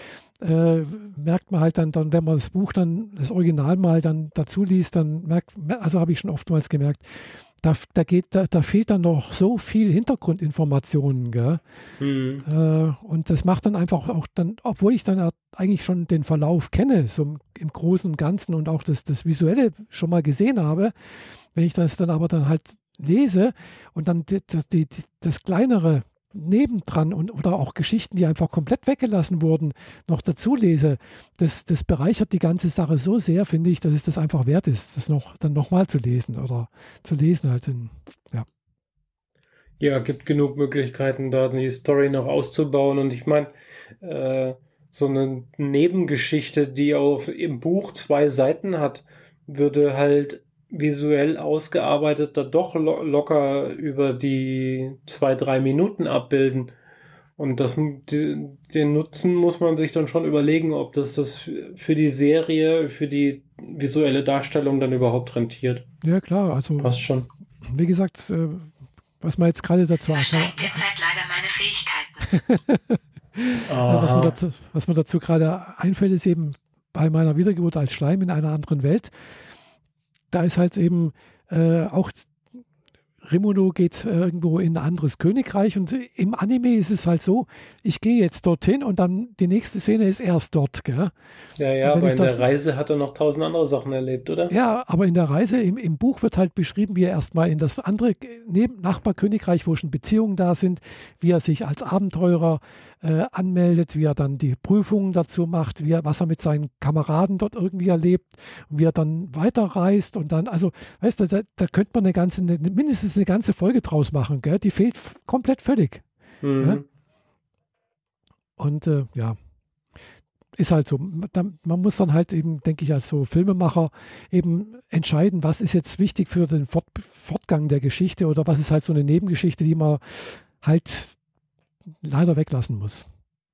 äh, merkt man halt dann, dann, wenn man das Buch dann, das Original mal dann dazu liest, dann merkt, also habe ich schon oftmals gemerkt, da, da geht, da, da fehlt dann noch so viel Hintergrundinformationen, gell? Mhm. Äh, und das macht dann einfach auch dann, obwohl ich dann eigentlich schon den Verlauf kenne, so im, im Großen und Ganzen und auch das, das Visuelle schon mal gesehen habe, wenn ich das dann aber dann halt lese und dann die, das, die, das kleinere nebendran und oder auch Geschichten, die einfach komplett weggelassen wurden, noch dazu lese, das, das bereichert die ganze Sache so sehr, finde ich, dass es das einfach wert ist, das noch dann nochmal zu lesen oder zu lesen halt in, ja. Ja, gibt genug Möglichkeiten, da die Story noch auszubauen. Und ich meine, äh, so eine Nebengeschichte, die auf im Buch zwei Seiten hat, würde halt visuell ausgearbeitet da doch lo locker über die zwei, drei Minuten abbilden. Und das, die, den Nutzen muss man sich dann schon überlegen, ob das das für die Serie, für die visuelle Darstellung dann überhaupt rentiert. Ja, klar, also Passt schon. Wie gesagt, äh, was man jetzt gerade dazu Übersteigt derzeit leider meine Fähigkeiten. Ja, was, mir dazu, was mir dazu gerade einfällt, ist eben bei meiner Wiedergeburt als Schleim in einer anderen Welt. Da ist halt eben äh, auch Rimuru geht äh, irgendwo in ein anderes Königreich und im Anime ist es halt so, ich gehe jetzt dorthin und dann die nächste Szene ist erst dort. Gell? Ja, ja, aber in das, der Reise hat er noch tausend andere Sachen erlebt, oder? Ja, aber in der Reise, im, im Buch wird halt beschrieben, wie er erstmal in das andere neben Nachbarkönigreich, wo schon Beziehungen da sind, wie er sich als Abenteurer äh, anmeldet, wie er dann die Prüfungen dazu macht, wie er, was er mit seinen Kameraden dort irgendwie erlebt und wie er dann weiterreist und dann, also, weißt du, da, da könnte man eine ganze, eine, mindestens eine ganze Folge draus machen, gell? Die fehlt f- komplett völlig. Mhm. Ja? Und äh, ja, ist halt so. Man muss dann halt eben, denke ich, als so Filmemacher eben entscheiden, was ist jetzt wichtig für den Fort Fortgang der Geschichte oder was ist halt so eine Nebengeschichte, die man halt leider weglassen muss.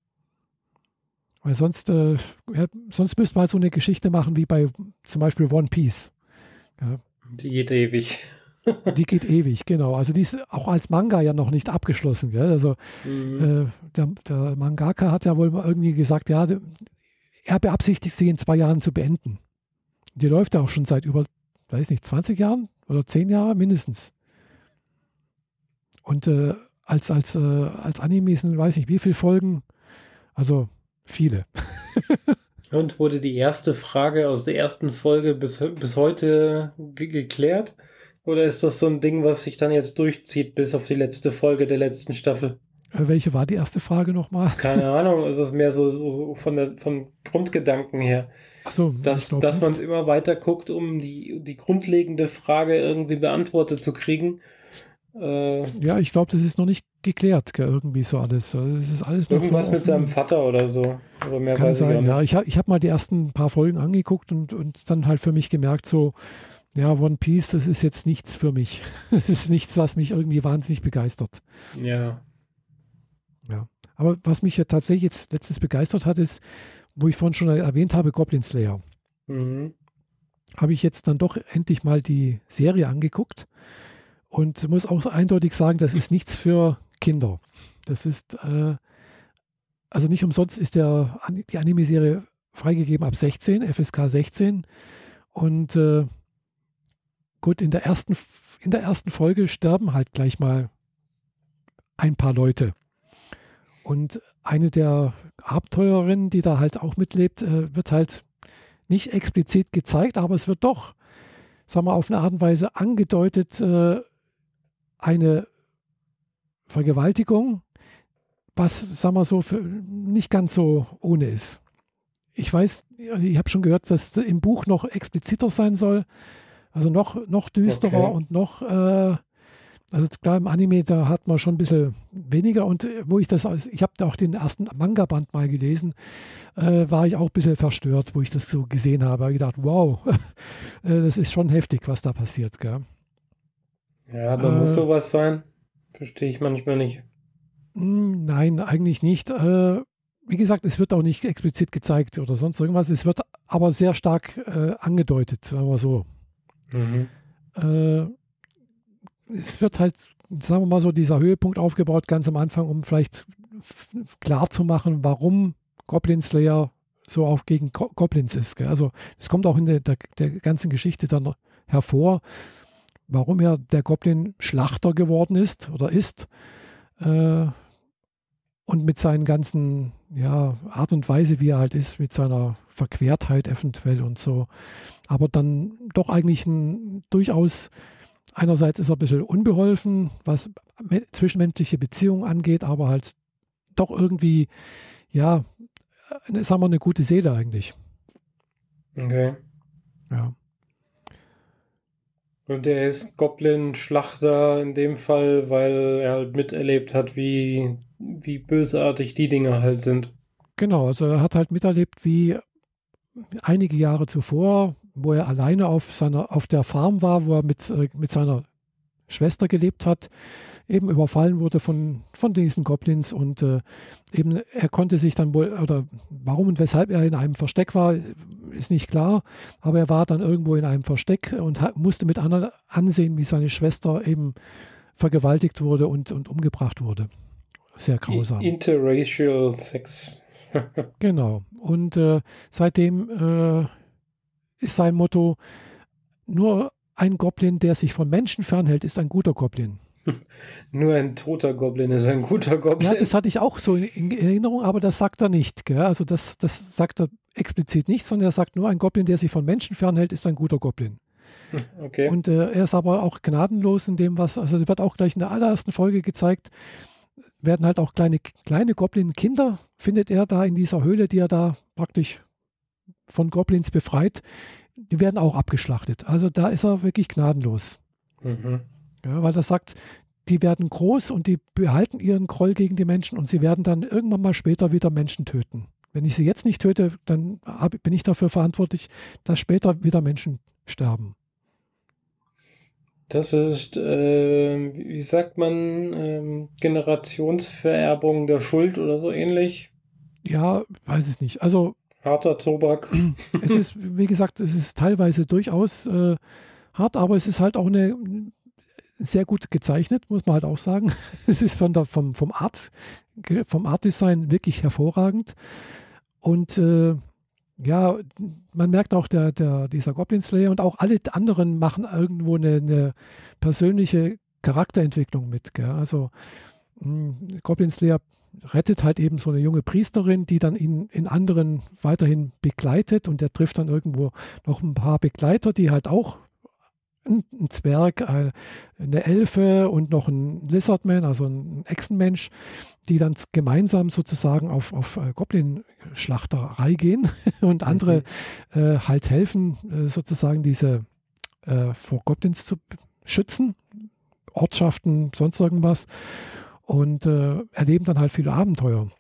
Weil sonst, äh, ja, sonst müsste man halt so eine Geschichte machen wie bei zum Beispiel One Piece. Ja. Die geht ewig. Die geht ewig, genau. Also die ist auch als Manga ja noch nicht abgeschlossen. Gell? Also Mhm. äh, der, der Mangaka hat ja wohl mal irgendwie gesagt, ja, er beabsichtigt, sie in zwei Jahren zu beenden. Die läuft ja auch schon seit über, weiß nicht, zwanzig Jahren oder zehn Jahre mindestens. Und äh, als, als, äh, als Anime sind, weiß nicht, wie viele Folgen, also viele. Und wurde die erste Frage aus der ersten Folge bis, bis heute ge geklärt? Oder ist das so ein Ding, was sich dann jetzt durchzieht bis auf die letzte Folge der letzten Staffel? Äh, welche war die erste Frage nochmal? Keine Ahnung, es ist mehr so, so, so von der, vom Grundgedanken her. Ach so, dass, dass man immer weiter guckt, um die, die grundlegende Frage irgendwie beantwortet zu kriegen. Äh, ja, ich glaube, das ist noch nicht geklärt, gell, irgendwie so alles. Also das ist alles noch irgendwas so mit seinem Vater oder so. Aber mehr Kann weiß sein, ich auch nicht. ja. Ich habe ich hab mal die ersten paar Folgen angeguckt und, und dann halt für mich gemerkt, so, ja, One Piece, das ist jetzt nichts für mich. Das ist nichts, was mich irgendwie wahnsinnig begeistert. Ja. Ja. Aber was mich ja tatsächlich jetzt letztens begeistert hat, ist, wo ich vorhin schon erwähnt habe, Goblin Slayer. Mhm. Habe ich jetzt dann doch endlich mal die Serie angeguckt und muss auch eindeutig sagen, das ist nichts für Kinder. Das ist, äh, also nicht umsonst ist der, die Anime-Serie freigegeben ab sechzehn, F S K sechzehn. Und äh, gut, in der, ersten, in der ersten Folge sterben halt gleich mal ein paar Leute. Und eine der Abenteurerinnen, die da halt auch mitlebt, äh, wird halt nicht explizit gezeigt, aber es wird doch, sagen wir, auf eine Art und Weise angedeutet, äh, eine Vergewaltigung, was, sagen wir so, für, nicht ganz so ohne ist. Ich weiß, ich habe schon gehört, dass es im Buch noch expliziter sein soll, also noch, noch düsterer Okay. und noch, äh, also klar, im Anime, da hat man schon ein bisschen weniger und äh, wo ich das, ich habe auch den ersten Manga-Band mal gelesen, äh, war ich auch ein bisschen verstört, wo ich das so gesehen habe. Ich gedacht, wow, äh, das ist schon heftig, was da passiert, gell? Ja, aber Äh, muss sowas sein? Verstehe ich manchmal nicht. Hm, Nein, eigentlich nicht. Äh, wie gesagt, es wird auch nicht explizit gezeigt oder sonst irgendwas. Es wird aber sehr stark äh, angedeutet, sagen wir so. Mhm. Äh, es wird halt, sagen wir mal so, dieser Höhepunkt aufgebaut, ganz am Anfang, um vielleicht f- klar zu machen, warum Goblin Slayer so auch gegen Go- Goblins ist. Gell? Also es kommt auch in der, der, der ganzen Geschichte dann hervor, warum er der Goblin-Schlachter geworden ist oder ist. Äh, und mit seinen ganzen ja, Art und Weise, wie er halt ist, mit seiner Verquertheit eventuell und so. Aber dann doch eigentlich ein durchaus, einerseits ist er ein bisschen unbeholfen, was me- zwischenmenschliche Beziehungen angeht, aber halt doch irgendwie, ja, eine, sagen wir, eine gute Seele eigentlich. Okay. Ja. Und er ist Goblin-Schlachter in dem Fall, weil er halt miterlebt hat, wie, wie bösartig die Dinge halt sind. Genau, also er hat halt miterlebt, wie einige Jahre zuvor, wo er alleine auf seiner, auf der Farm war, wo er mit, äh, mit seiner Schwester gelebt hat, eben überfallen wurde von, von diesen Goblins und äh, eben er konnte sich dann wohl, oder warum und weshalb er in einem Versteck war, ist nicht klar, aber er war dann irgendwo in einem Versteck und ha- musste mit anderen ansehen, wie seine Schwester eben vergewaltigt wurde und, und umgebracht wurde. Sehr grausam. I- Interracial Sex. Genau. Und äh, seitdem äh, ist sein Motto, nur ein Goblin, der sich von Menschen fernhält, ist ein guter Goblin. Nur ein toter Goblin ist ein guter Goblin. Ja, das hatte ich auch so in, in Erinnerung, aber das sagt er nicht. Gell? Also das, das sagt er explizit nicht, sondern er sagt nur, ein Goblin, der sich von Menschen fernhält, ist ein guter Goblin. Okay. Und äh, er ist aber auch gnadenlos in dem, was, also das wird auch gleich in der allerersten Folge gezeigt, werden halt auch kleine, kleine Goblin-Kinder, findet er da in dieser Höhle, die er da praktisch von Goblins befreit, die werden auch abgeschlachtet. Also da ist er wirklich gnadenlos. Mhm. Ja, weil er sagt, die werden groß und die behalten ihren Groll gegen die Menschen und sie werden dann irgendwann mal später wieder Menschen töten. Wenn ich sie jetzt nicht töte, dann hab, bin ich dafür verantwortlich, dass später wieder Menschen sterben. Das ist, äh, wie sagt man, ähm, Generationsvererbung der Schuld oder so ähnlich. Ja, weiß es nicht. Also Harter Tobak. es ist, wie gesagt, es ist teilweise durchaus äh, hart, aber es ist halt auch eine sehr gut gezeichnet, muss man halt auch sagen. Es ist von der, vom, vom Art, vom Art-Design wirklich hervorragend. Und äh, ja, man merkt auch, der, der, dieser Goblin Slayer und auch alle anderen machen irgendwo eine, eine persönliche Charakterentwicklung mit. Gell? Also mh, Goblin Slayer rettet halt eben so eine junge Priesterin, die dann ihn in anderen weiterhin begleitet und der trifft dann irgendwo noch ein paar Begleiter, die halt auch ein, ein Zwerg, eine Elfe und noch ein Lizardman, also ein Echsenmensch, die dann gemeinsam sozusagen auf, auf Goblin-Schlachterei gehen und andere mhm. äh, halt helfen, äh, sozusagen diese äh, vor Goblins zu schützen, Ortschaften, sonst irgendwas. Und äh, erleben dann halt viele Abenteuer.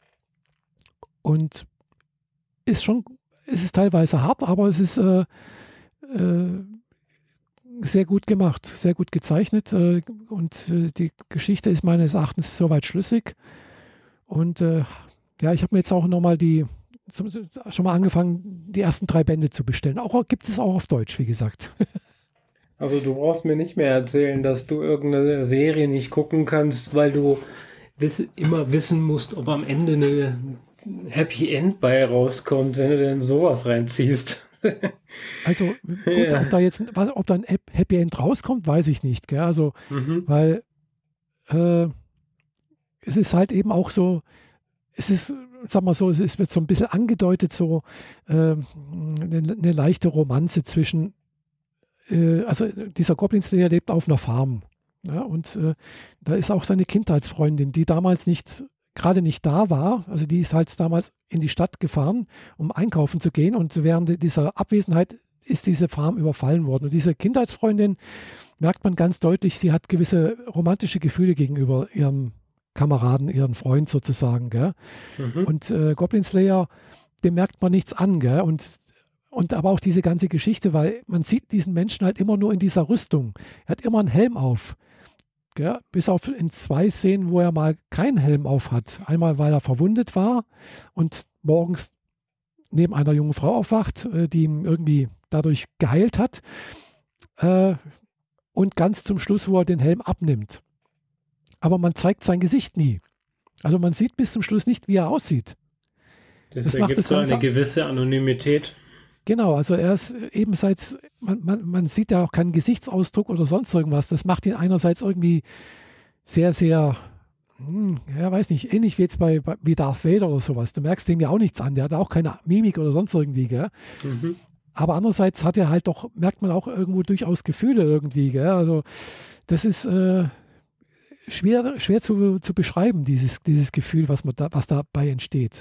Und ist schon, es ist teilweise hart, aber es ist äh, äh, sehr gut gemacht, sehr gut gezeichnet. Äh, und äh, die Geschichte ist meines Erachtens soweit schlüssig. Und äh, ja, ich habe mir jetzt auch nochmal die, schon mal angefangen, die ersten drei Bände zu bestellen. Auch gibt es auch auf Deutsch, wie gesagt. Also du brauchst mir nicht mehr erzählen, dass du irgendeine Serie nicht gucken kannst, weil du wiss, immer wissen musst, ob am Ende eine Happy End bei rauskommt, wenn du denn sowas reinziehst. Also gut, ja. ob da jetzt was, ob da ein Happy End rauskommt, weiß ich nicht. Gell? Also, mhm. weil äh, es ist halt eben auch so, es ist, sag mal so, es wird so ein bisschen angedeutet, so äh, eine, eine leichte Romanze zwischen also dieser Goblin Slayer lebt auf einer Farm. Ja, und äh, da ist auch seine Kindheitsfreundin, die damals nicht, gerade nicht da war. Also die ist halt damals in die Stadt gefahren, um einkaufen zu gehen. Und während dieser Abwesenheit ist diese Farm überfallen worden. Und diese Kindheitsfreundin, merkt man ganz deutlich, sie hat gewisse romantische Gefühle gegenüber ihrem Kameraden, ihren Freund sozusagen. Gell? Mhm. Und äh, Goblin Slayer, dem merkt man nichts an. Gell? Und Und aber auch diese ganze Geschichte, weil man sieht diesen Menschen halt immer nur in dieser Rüstung. Er hat immer einen Helm auf. Gell? Bis auf in zwei Szenen, wo er mal keinen Helm auf hat. Einmal, weil er verwundet war und morgens neben einer jungen Frau aufwacht, die ihm irgendwie dadurch geheilt hat. Und ganz zum Schluss, wo er den Helm abnimmt. Aber man zeigt sein Gesicht nie. Also man sieht bis zum Schluss nicht, wie er aussieht. Das, Das ergibt macht es so ganz eine a- gewisse Anonymität. Genau, also er ist ebenseits, man, man, man sieht ja auch keinen Gesichtsausdruck oder sonst irgendwas. Das macht ihn einerseits irgendwie sehr, sehr, hm, ja, weiß nicht, ähnlich wie jetzt bei, bei wie Darth Vader oder sowas. Du merkst dem ja auch nichts an, der hat auch keine Mimik oder sonst irgendwie, gell? Mhm. Aber andererseits hat er halt doch, merkt man auch irgendwo durchaus Gefühle irgendwie, gell? Also das ist äh, schwer, schwer zu, zu beschreiben, dieses, dieses Gefühl, was man da, was dabei entsteht.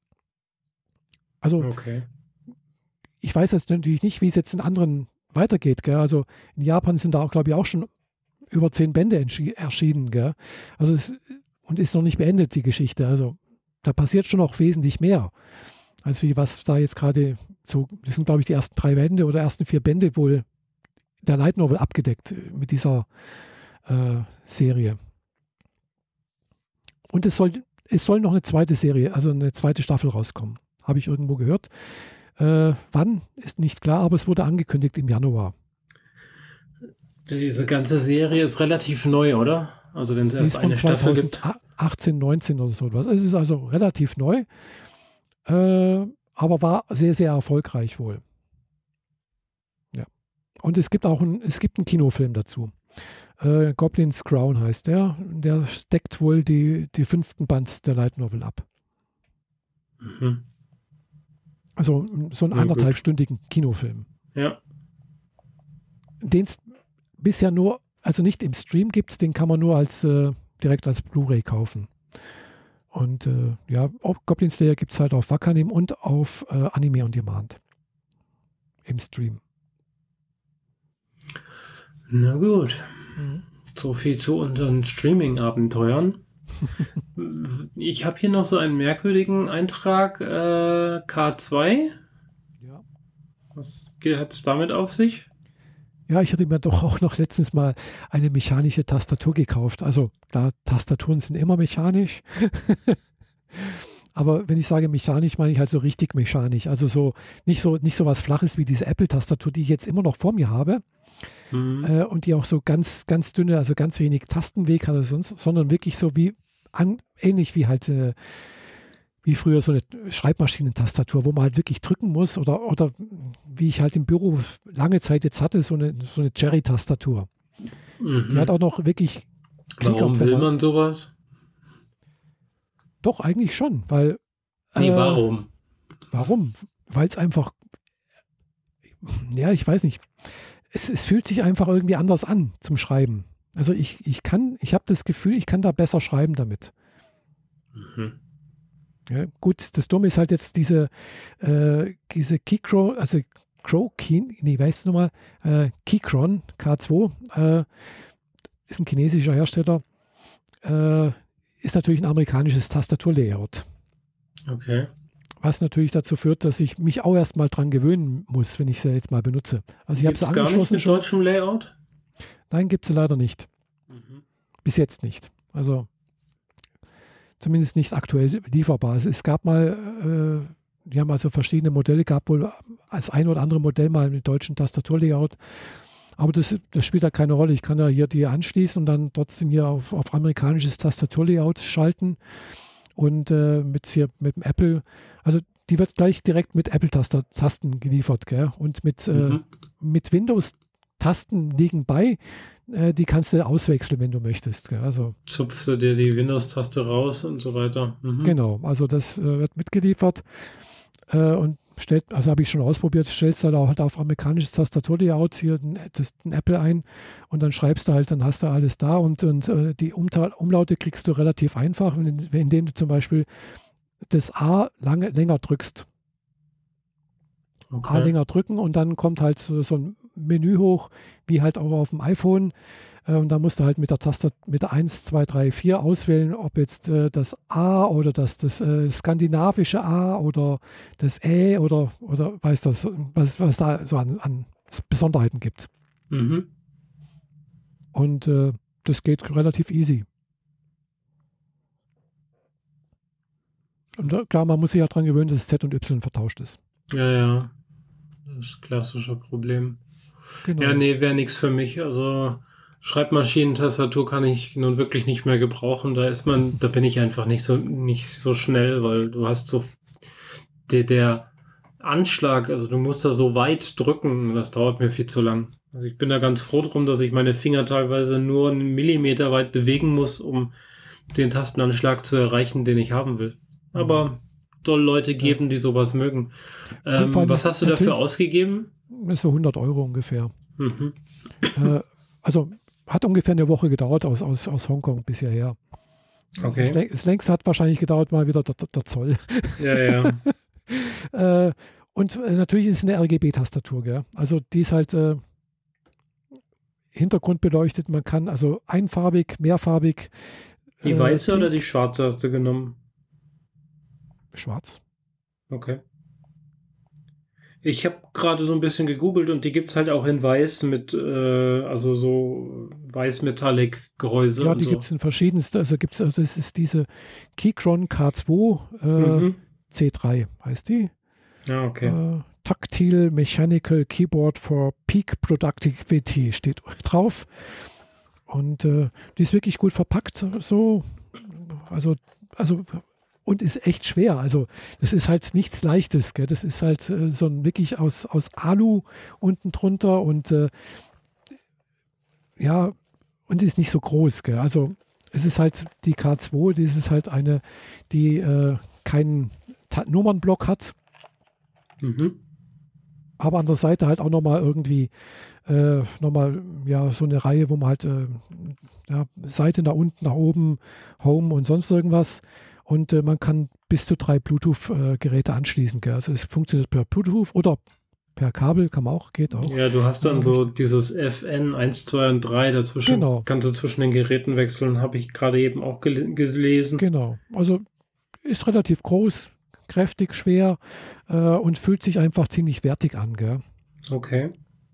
Also Okay. ich weiß jetzt natürlich nicht, wie es jetzt in anderen weitergeht. Gell? Also in Japan sind da auch, glaube ich, auch schon über zehn Bände entschi- erschienen. Gell? Also es, und ist noch nicht beendet, die Geschichte. Also da passiert schon noch wesentlich mehr, als wie was da jetzt gerade so, das sind, glaube ich, die ersten drei Bände oder ersten vier Bände wohl der Light Novel abgedeckt äh, mit dieser äh, Serie. Und es soll, es soll noch eine zweite Serie, also eine zweite Staffel rauskommen. Habe ich irgendwo gehört. Äh, wann, ist nicht klar, aber es wurde angekündigt im Januar. Diese ganze Serie ist relativ neu, oder? Also wenn es Die erst ist von eine Staffel gibt. zweitausendachtzehn, neunzehn oder so etwas. Es ist also relativ neu, äh, aber war sehr, sehr erfolgreich wohl. Ja. Und es gibt auch ein, es gibt einen Kinofilm dazu. Äh, Goblin's Crown heißt der. Der deckt wohl die, die fünften Band der Light Novel ab. Mhm. Also so einen Ja, gut. anderthalbstündigen Kinofilm. Ja. Den es bisher nur, also nicht im Stream gibt, den kann man nur als äh, direkt als Blu-ray kaufen. Und äh, ja, auch Goblin Slayer gibt es halt auf Wakanim und auf äh, Anime on Demand im Stream. Na gut. So viel zu unseren Streaming-Abenteuern. Ich habe hier noch so einen merkwürdigen Eintrag, äh, K zwei. Ja. Was hat es damit auf sich? Ja, ich hatte mir doch auch noch letztens mal eine mechanische Tastatur gekauft. Also klar, Tastaturen sind immer mechanisch. Aber wenn ich sage mechanisch, meine ich halt so richtig mechanisch. Also so nicht so, nicht so was Flaches wie diese Apple-Tastatur, die ich jetzt immer noch vor mir habe. Mhm. Äh, und die auch so ganz, ganz dünne, also ganz wenig Tastenweg hat, sonst, sondern wirklich so wie an, ähnlich wie halt äh, wie früher so eine Schreibmaschinentastatur, wo man halt wirklich drücken muss oder, oder wie ich halt im Büro lange Zeit jetzt hatte, so eine, so eine Cherry-Tastatur. Mhm. Die hat auch noch wirklich klickert, Warum wenn will man sowas? Doch, eigentlich schon, weil Nee, äh, warum? Warum? Weil es einfach, ja, ich weiß nicht, es, es fühlt sich einfach irgendwie anders an zum Schreiben. Also ich, ich kann, ich habe das Gefühl, ich kann da besser schreiben damit. Mhm. Ja, gut, das Dumme ist halt jetzt diese, äh, diese Keychron, also Crow Key, nee, weißt du nochmal, äh, Keychron K zwei, äh, ist ein chinesischer Hersteller, äh, ist natürlich ein amerikanisches Tastaturlayout. Okay. Was natürlich dazu führt, dass ich mich auch erstmal dran gewöhnen muss, wenn ich sie jetzt mal benutze. Also ich habe Gibt's sie gar nicht angeschlossen mit schon. deutschem Layout? Nein, gibt sie leider nicht. Mhm. Bis jetzt nicht. Also zumindest nicht aktuell lieferbar. Es, es gab mal, äh, die haben also verschiedene Modelle, gab wohl als ein oder andere Modell mal mit deutschen Tastaturlayout. Aber das, das spielt da keine Rolle. Ich kann ja hier die anschließen und dann trotzdem hier auf, auf amerikanisches Tastaturlayout schalten. Und äh, mit hier mit dem Apple, also die wird gleich direkt mit Apple-Tasten geliefert, gell? Und mit, Mhm. äh, mit Windows-Tasten liegen bei, äh, die kannst du auswechseln, wenn du möchtest. Gell? Also Zupfst du dir die Windows-Taste raus und so weiter. Mhm. genau, also das äh, wird mitgeliefert äh, und stellt, also habe ich schon ausprobiert, stellst du da halt auf amerikanisches Tastaturlayout hier den, das, den Apple ein und dann schreibst du halt, dann hast du alles da und, und äh, die Umta- Umlaute kriegst du relativ einfach, wenn, indem du zum Beispiel das A lange, länger drückst. A Okay. länger drücken und dann kommt halt so, so ein Menü hoch, wie halt auch auf dem iPhone. Äh, und da musst du halt mit der Taste mit der eins, zwei, drei, vier auswählen, ob jetzt äh, das A oder das, das äh, skandinavische A oder das Ä oder, oder weiß das, was, was da so an, an Besonderheiten gibt. Mhm. Und äh, das geht relativ easy. Und äh, klar, man muss sich ja daran gewöhnen, dass Z und Y vertauscht ist. Ja, ja. Das ist ein klassisches Problem. Genau. Ja, nee, wäre nichts für mich. Also Schreibmaschinentastatur kann ich nun wirklich nicht mehr gebrauchen. Da ist man, da bin ich einfach nicht so nicht so schnell, weil du hast so der, der Anschlag, also du musst da so weit drücken, das dauert mir viel zu lang. Also ich bin da ganz froh drum, dass ich meine Finger teilweise nur einen Millimeter weit bewegen muss, um den Tastenanschlag zu erreichen, den ich haben will. Aber soll Leute geben, die sowas mögen. Ähm, was hast du dafür ausgegeben? So hundert Euro ungefähr. Mhm. Äh, also hat ungefähr eine Woche gedauert aus, aus, aus Hongkong bis hierher. Okay. Das, das längste hat wahrscheinlich gedauert mal wieder der, der Zoll. Ja, ja. äh, und äh, natürlich ist es eine R G B-Tastatur, gell? Also die ist halt äh, Hintergrund beleuchtet. Man kann also einfarbig, mehrfarbig. Die weiße äh, oder die schwarze hast du genommen? Schwarz. Okay. Ich habe gerade so ein bisschen gegoogelt und die gibt es halt auch in weiß mit, äh, also so weiß-Metallic-Gehäuse. Ja, die so. gibt es in verschiedensten, also gibt es, also das ist diese Keychron K zwei äh, mhm. C drei heißt die. Ja, okay. Äh, Tactile Mechanical Keyboard for Peak Productivity steht drauf. Und äh, die ist wirklich gut verpackt, so, also, also und ist echt schwer. Also das ist halt nichts Leichtes. Gell? Das ist halt äh, so ein wirklich aus, aus Alu unten drunter und äh, ja, und ist nicht so groß. Gell? Also es ist halt die K zwei, das ist halt eine, die äh, keinen Ta- Nummernblock hat. Mhm. Aber an der Seite halt auch nochmal irgendwie äh, nochmal ja, so eine Reihe, wo man halt äh, ja, Seite nach unten, nach oben, Home und sonst irgendwas. Und äh, man kann bis zu drei Bluetooth-Geräte äh, anschließen. Gell? Also es funktioniert per Bluetooth oder per Kabel, kann man auch, geht auch. Ja, du hast dann so dieses F N eins, zwei und drei dazwischen. Genau. Kannst du zwischen den Geräten wechseln, habe ich gerade eben auch gel- gelesen. Genau. Also ist relativ groß, kräftig, schwer äh, und fühlt sich einfach ziemlich wertig an. Gell? Okay.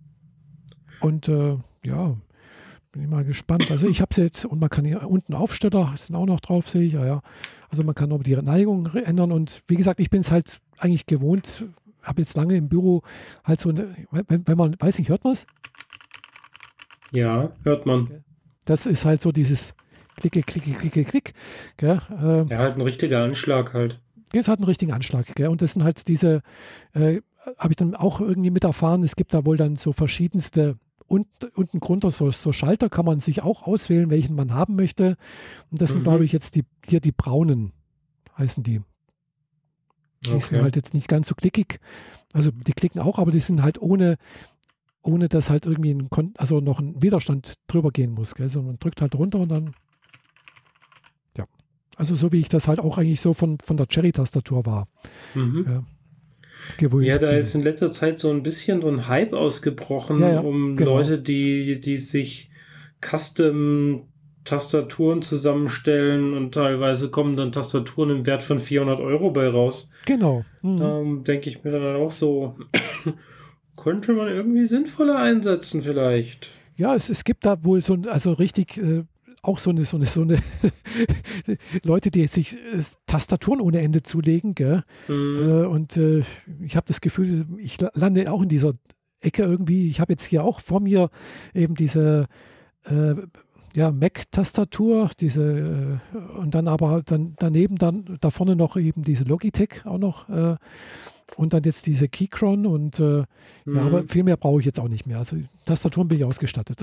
Und äh, ja, bin ich mal gespannt. Also ich habe es jetzt, und man kann hier unten Aufsteller, sind auch noch drauf, sehe ich, ja, ja. Also man kann auch die Neigung ändern und wie gesagt, ich bin es halt eigentlich gewohnt, habe jetzt lange im Büro halt so eine, wenn, wenn man, weiß nicht, hört man es? Ja, hört man. Das ist halt so dieses Klicke, Klicke, Klicke, Klick. Gell? Ähm, ja, halt ein richtiger Anschlag halt. Es hat einen richtigen Anschlag. Gell? Und das sind halt diese, äh, habe ich dann auch irgendwie mit erfahren, es gibt da wohl dann so verschiedenste Und, unten drunter so, so Schalter kann man sich auch auswählen, welchen man haben möchte. Und das mhm. sind, glaube ich, jetzt die, hier die braunen, heißen die. Die okay. sind halt jetzt nicht ganz so klickig. Also die klicken auch, aber die sind halt ohne, ohne dass halt irgendwie ein, also noch ein Widerstand drüber gehen muss. Gell? Also man drückt halt runter und dann, ja. Also so wie ich das halt auch eigentlich so von, von der Cherry-Tastatur war. Mhm. Ja. Gewöhnt ja, da bin. ist in letzter Zeit so ein bisschen so ein Hype ausgebrochen, ja, ja, um genau. Leute, die, die sich Custom-Tastaturen zusammenstellen und teilweise kommen dann Tastaturen im Wert von vierhundert Euro bei raus. Genau. Mhm. Da ähm, denke ich mir dann auch so, könnte man irgendwie sinnvoller einsetzen vielleicht. Ja, es, es gibt da wohl so ein, also richtig äh, auch so eine, so eine, so eine Leute, die sich äh, Tastaturen ohne Ende zulegen, gell? Mhm. Äh, und äh, ich habe das Gefühl, ich lande auch in dieser Ecke irgendwie. Ich habe jetzt hier auch vor mir eben diese äh, ja, Mac-Tastatur, diese äh, und dann aber dann daneben dann da vorne noch eben diese Logitech auch noch äh, und dann jetzt diese Keychron und äh, mhm. ja, aber viel mehr brauche ich jetzt auch nicht mehr. Also Tastaturen bin ich ausgestattet.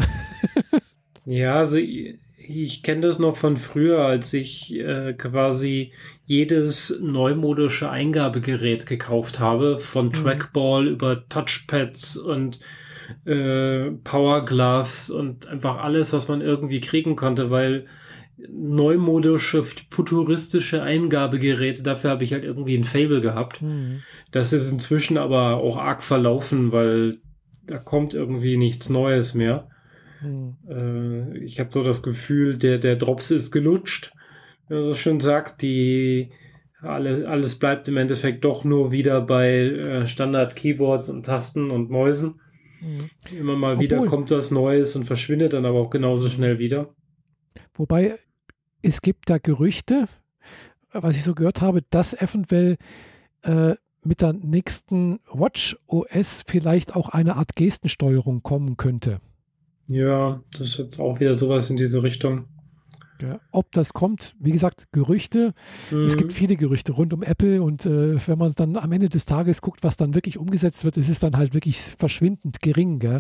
Ja, also ich, ich kenne das noch von früher, als ich äh, quasi jedes neumodische Eingabegerät gekauft habe, von mhm. Trackball über Touchpads und äh, Power Gloves und einfach alles, was man irgendwie kriegen konnte, weil neumodische, futuristische Eingabegeräte, dafür habe ich halt irgendwie ein Faible gehabt. Mhm. Das ist inzwischen aber auch arg verlaufen, weil da kommt irgendwie nichts Neues mehr. Mhm. Äh, ich habe so das Gefühl, der, der Drops ist gelutscht, wie man so schön sagt. Die, alle, alles bleibt im Endeffekt doch nur wieder bei äh, Standard-Keyboards und Tasten und Mäusen. Mhm. Immer mal Obwohl, wieder kommt was Neues und verschwindet dann aber auch genauso schnell wieder. Wobei, es gibt da Gerüchte, was ich so gehört habe, dass eventuell äh, mit der nächsten Watch O S vielleicht auch eine Art Gestensteuerung kommen könnte. Ja, das ist jetzt auch wieder sowas in diese Richtung. Ja, ob das kommt, wie gesagt, Gerüchte. Mhm. Es gibt viele Gerüchte rund um Apple und äh, wenn man dann am Ende des Tages guckt, was dann wirklich umgesetzt wird, ist es dann halt wirklich verschwindend gering. Gell?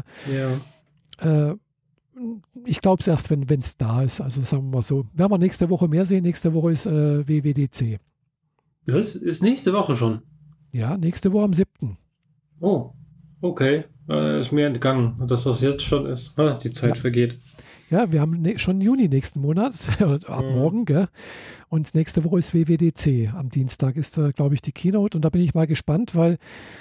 Ja. Äh, ich glaube es erst, wenn es da ist. Also sagen wir mal so. Werden wir nächste Woche mehr sehen. Nächste Woche ist äh, W W D C. Das ist nächste Woche schon. Ja, nächste Woche am siebten Oh, okay. Äh, ist mir entgangen, dass das jetzt schon ist. Ah, die Zeit Ja. vergeht. Ja, wir haben ne, schon Juni nächsten Monat, ab Mhm. morgen, gell? Und nächste Woche ist W W D C. Am Dienstag ist, äh, glaube ich, die Keynote und da bin ich mal gespannt, weil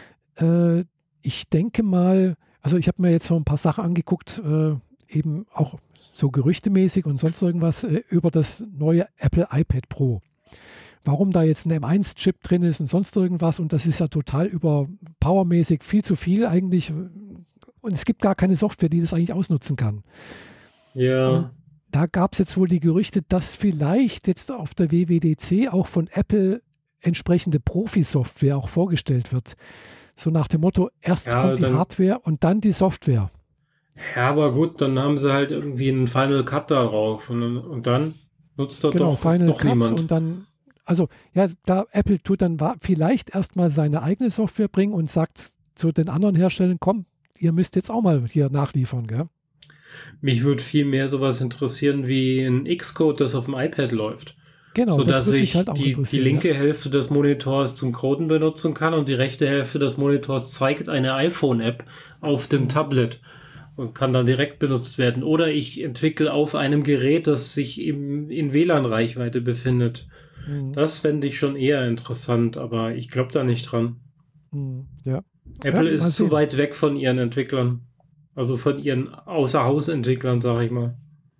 äh, ich denke mal, also ich habe mir jetzt so ein paar Sachen angeguckt, äh, eben auch so gerüchtemäßig und sonst irgendwas äh, über das neue Apple iPad Pro. Warum da jetzt ein M eins Chip drin ist und sonst irgendwas und das ist ja total überpowermäßig, viel zu viel eigentlich und es gibt gar keine Software, die das eigentlich ausnutzen kann. Ja. Und da gab es jetzt wohl die Gerüchte, dass vielleicht jetzt auf der W W D C auch von Apple entsprechende Profi-Software auch vorgestellt wird. So nach dem Motto, erst Ja, kommt die dann- Hardware und dann die Software. Ja, aber gut, dann haben sie halt irgendwie einen Final Cut darauf und, und dann nutzt das Genau, doch, Final doch Cut niemand. und dann, also ja, da Apple tut dann wa- vielleicht erstmal seine eigene Software bringen und sagt zu den anderen Herstellern, komm, ihr müsst jetzt auch mal hier nachliefern, gell? Mich würde viel mehr sowas interessieren wie ein Xcode, das auf dem iPad läuft. Genau, So das dass würde mich ich halt auch die, die interessieren. linke Hälfte des Monitors zum Coden benutzen kann und die rechte Hälfte des Monitors zeigt eine iPhone-App auf dem Tablet und kann dann direkt benutzt werden. Oder ich entwickle auf einem Gerät, das sich im, in W L A N-Reichweite befindet. ja. Mhm. Das fände ich schon eher interessant, aber ich glaube da nicht dran. Mhm. Ja. Apple Ja, mal ist zu sehen. weit weg von ihren Entwicklern. Also von ihren Außerhausentwicklern, sage ich mal.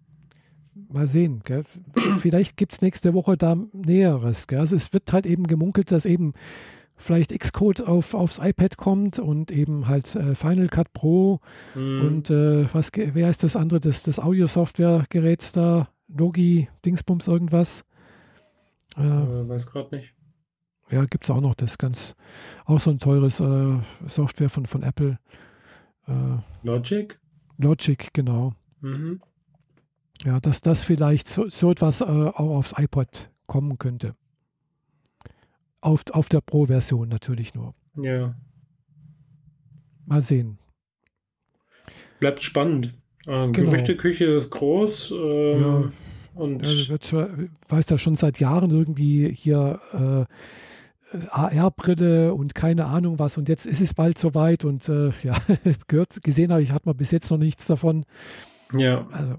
Mal sehen. Gell? Vielleicht gibt es nächste Woche da Näheres. Gell? Also es wird halt eben gemunkelt, dass eben vielleicht Xcode auf, aufs iPad kommt und eben halt äh, Final Cut Pro Hm, und äh, was, ge- wer ist das andere, das, das Audio-Software-Gerät da, Logi, Dingsbums, irgendwas. Äh, äh, weiß gerade nicht. ja, gibt es auch noch, das ganz, auch so ein teures äh, Software von, von Apple. Äh, Logic? Logic, genau. Mhm. Ja, dass das vielleicht so, so etwas äh, auch aufs iPod kommen könnte. Auf, auf der Pro-Version natürlich nur. Ja. Mal sehen. Bleibt spannend. Äh, Genau. Gerüchteküche ist groß. Ähm, Ja. Und Ja, wird schon, weiß ja schon seit Jahren irgendwie hier äh, A R-Brille und keine Ahnung was und jetzt ist es bald soweit und äh, ja, gehört, gesehen habe ich, hat man bis jetzt noch nichts davon. ja. Also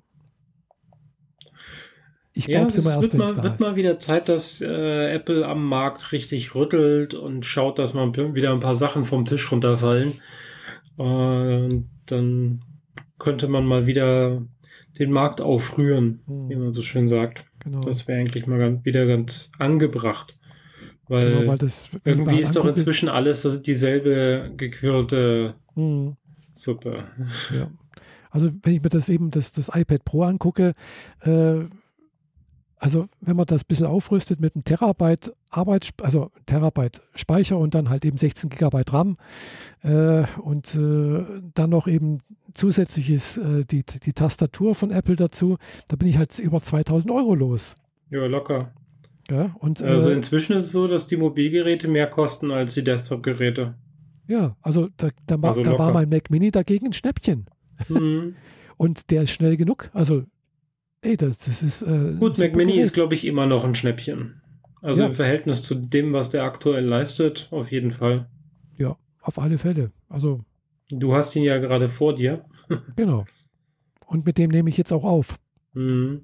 ich Ja, glaube es es immer erst, wird, wenn es mal, da wird ist. mal wieder Zeit, dass äh, Apple am Markt richtig rüttelt und schaut, dass mal wieder ein paar Sachen vom Tisch runterfallen. Und dann könnte man mal wieder den Markt aufrühren, Hm, wie man so schön sagt. genau. Das wäre eigentlich mal ganz, wieder ganz angebracht. Weil, Genau, weil das, wenn ich irgendwie mal ist doch angucke- inzwischen alles das dieselbe gequirlte Hm, Suppe. ja. Also wenn ich mir das eben das, das iPad Pro angucke, äh, also wenn man das ein bisschen aufrüstet mit einem Terabyte Arbeits, also Terabyte Speicher und dann halt eben sechzehn Gigabyte RAM äh, und äh, dann noch eben zusätzliches äh, die, die Tastatur von Apple dazu, da bin ich halt über zweitausend Euro los. Ja, locker. Ja, und Also äh, inzwischen ist es so, dass die Mobilgeräte mehr kosten als die Desktop-Geräte. ja, also da, da, war- Also da war locker. mein Mac Mini dagegen ein Schnäppchen Mhm. und der ist schnell genug. Also ey, das, das ist äh, Gut, ein Mac super Mini Gerät. ist, glaube ich, immer noch ein Schnäppchen. Also Ja. im Verhältnis zu dem, was der aktuell leistet, auf jeden Fall. Ja, auf alle Fälle. Also Du hast ihn ja gerade vor dir. genau. Und mit dem nehme ich jetzt auch auf. Mhm.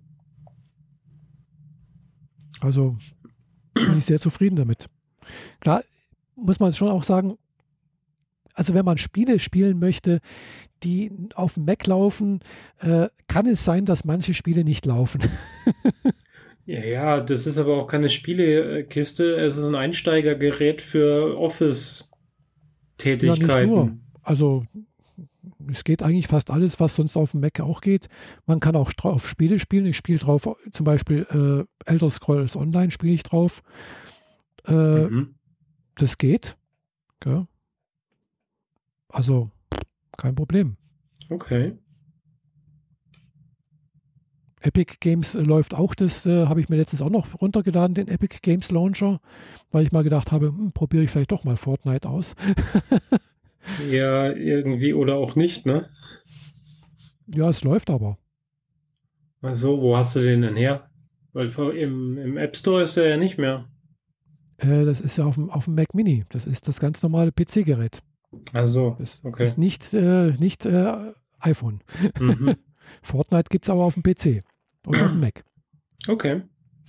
Also bin ich sehr zufrieden damit. Klar, muss man schon auch sagen, also wenn man Spiele spielen möchte, die auf dem Mac laufen, äh, kann es sein, dass manche Spiele nicht laufen. Ja, ja, das ist aber auch keine Spielekiste. Es ist ein Einsteigergerät für Ja, nicht nur. Office-Tätigkeiten. Also es geht eigentlich fast alles, was sonst auf dem Mac auch geht. Man kann auch drauf Spiele spielen. Ich spiele drauf, zum Beispiel äh, Elder Scrolls Online spiele ich drauf. Äh, Mhm. Das geht. Gell? Also kein Problem. Okay. Epic Games äh, läuft auch, das äh, habe ich mir letztens auch noch runtergeladen, den Epic Games Launcher, weil ich mal gedacht habe, hm, probiere ich vielleicht doch mal Fortnite aus. Ja, irgendwie oder auch nicht, ne? Ja, es läuft aber. Also, wo hast du den denn her? Weil vor- im, im App Store ist er ja nicht mehr. Äh, das ist ja auf dem, auf dem Mac Mini. Das ist das ganz normale P C-Gerät. Also, Das okay. ist nicht, äh, nicht äh, iPhone. Mhm. Fortnite gibt es aber auf dem P C oder auf dem Mac. Okay.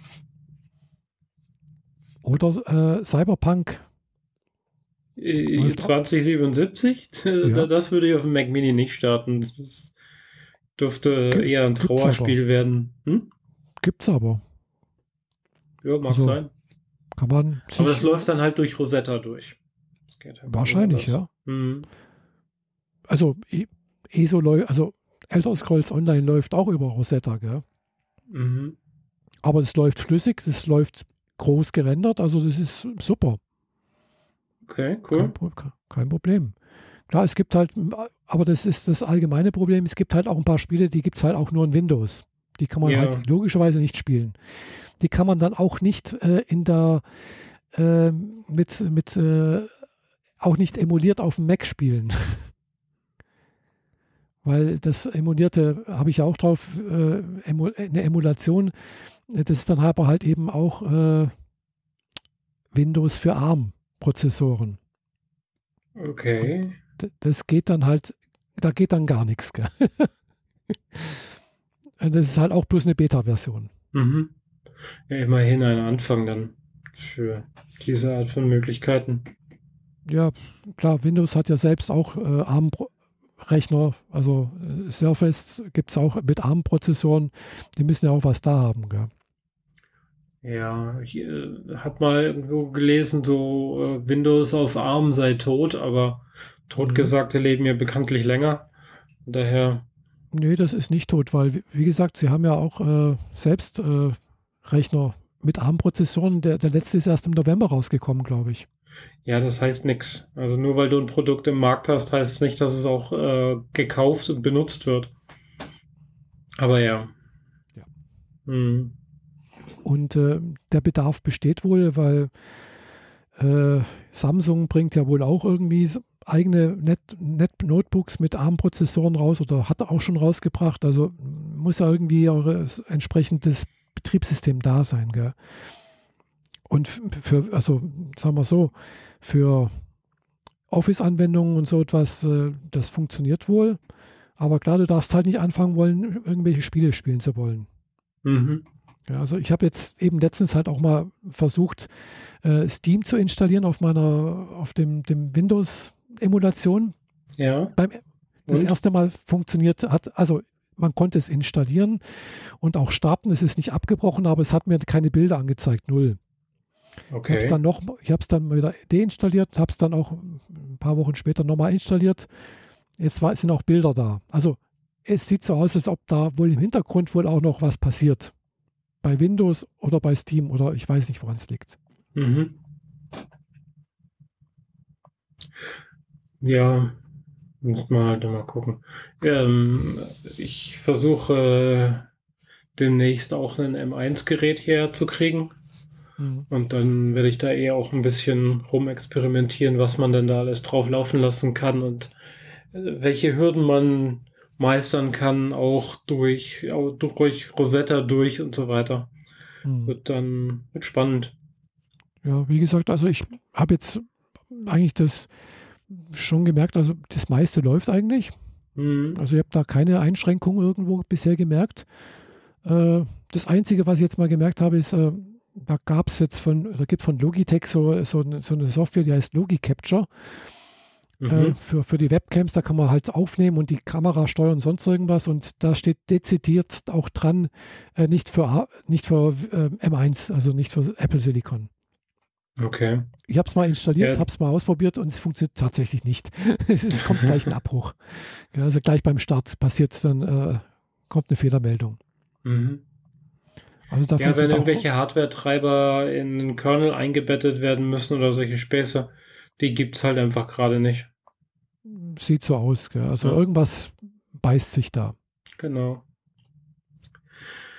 Oder äh, Cyberpunk. Äh, Läuft auch. zwanzig siebenundsiebzig? Äh, Ja. Das würde ich auf dem Mac Mini nicht starten. Das dürfte Gibt- eher ein gibt's Trauerspiel werden. Hm? Gibt's aber. Ja, mag Also, sein. Kann man Aber das sich- läuft dann halt durch Rosetta durch. Das geht halt Wahrscheinlich, anders. ja. Mhm. Also E- ESO läuft, also Elder Scrolls Online läuft auch über Rosetta, gell? Mhm. Aber es läuft flüssig, es läuft groß gerendert, also das ist super. Okay, cool. Kein, Pro- kein Problem. Klar, es gibt halt, aber das ist das allgemeine Problem, es gibt halt auch ein paar Spiele, die gibt es halt auch nur in Windows. Die kann man Ja. halt logischerweise nicht spielen. Die kann man dann auch nicht äh, in der äh, mit, mit äh, auch nicht emuliert auf dem Mac spielen. Weil das emulierte, habe ich ja auch drauf, äh, emu, eine Emulation, das ist dann aber halt eben auch äh, Windows für ARM-Prozessoren. Okay. D- Das geht dann halt, da geht dann gar nichts. Gell? Das ist halt auch bloß eine Beta-Version. Mhm. Ja, immerhin ein Anfang dann für diese Art von Möglichkeiten. Ja, klar, Windows hat ja selbst auch äh, ARM-Rechner, also äh, Surface gibt es auch mit ARM-Prozessoren, die müssen ja auch was da haben. Gell? Ja, ich äh, habe mal irgendwo gelesen, so äh, Windows auf ARM sei tot, aber Totgesagte leben ja bekanntlich länger. Von daher, Nee, das ist nicht tot, weil, wie- wie gesagt, sie haben ja auch äh, selbst äh, Rechner mit ARM-Prozessoren. Der, der letzte ist erst im November rausgekommen, glaube ich. ja, das heißt nix. Also nur weil du ein Produkt im Markt hast, heißt es nicht, dass es auch äh, gekauft und benutzt wird. Aber ja. Ja. Hm. Und äh, der Bedarf besteht wohl, weil äh, Samsung bringt ja wohl auch irgendwie so eigene Net, Net Notebooks mit ARM-Prozessoren raus oder hat auch schon rausgebracht. Also muss ja irgendwie auch ein entsprechendes Betriebssystem da sein. Gell? Und f- für, also sagen wir so, für Office-Anwendungen und so etwas, äh, das funktioniert wohl. Aber klar, du darfst halt nicht anfangen wollen, irgendwelche Spiele spielen zu wollen. Mhm. Ja, also ich habe jetzt eben letztens halt auch mal versucht, äh, Steam zu installieren auf meiner, auf dem, dem Windows-Emulation. Ja. Beim, das Und? erste Mal funktioniert hat, also man konnte es installieren und auch starten. Es ist nicht abgebrochen, aber es hat mir keine Bilder angezeigt, null. Ich habe es Okay. dann noch, ich habe es dann wieder deinstalliert, habe es dann auch ein paar Wochen später nochmal installiert. Jetzt war, sind auch Bilder da. Also es sieht so aus, als ob da wohl im Hintergrund wohl auch noch was passiert. Bei Windows oder bei Steam oder ich weiß nicht, woran es liegt. Mhm. Ja, muss man halt mal gucken. Ähm, ich versuche demnächst auch ein M eins Gerät herzukriegen. Mhm. Und dann werde ich da eher auch ein bisschen rumexperimentieren, was man denn da alles drauf laufen lassen kann und äh, welche Hürden man meistern kann, auch durch, auch durch Rosetta durch und so weiter. Mhm. Wird dann wird spannend. Ja, wie gesagt, also ich habe jetzt eigentlich das schon gemerkt, also das meiste läuft eigentlich. Mhm. Also ich habe da keine Einschränkung irgendwo bisher gemerkt. Äh, das Einzige, was ich jetzt mal gemerkt habe, ist, äh, da gab es jetzt von, oder gibt von Logitech so, so, eine- so eine Software, die heißt Logicapture. Äh, Mhm. für, für die Webcams, da kann man halt aufnehmen und die Kamera steuern und sonst irgendwas. Und da steht dezidiert auch dran, äh, nicht für, A- nicht für äh, M eins, also nicht für Apple Silicon. Okay. Ich habe es mal installiert, Ja. habe es mal ausprobiert und es funktioniert tatsächlich nicht. es ist, kommt gleich ein Abbruch. Ja, also gleich beim Start passiert dann, äh, kommt eine Fehlermeldung. Mhm. Also da Ja, wenn funktioniert auch, irgendwelche Hardware-Treiber in den Kernel eingebettet werden müssen oder solche Späße, die gibt es halt einfach gerade nicht. sieht so aus. Gell? Also Ja. irgendwas beißt sich da. Genau.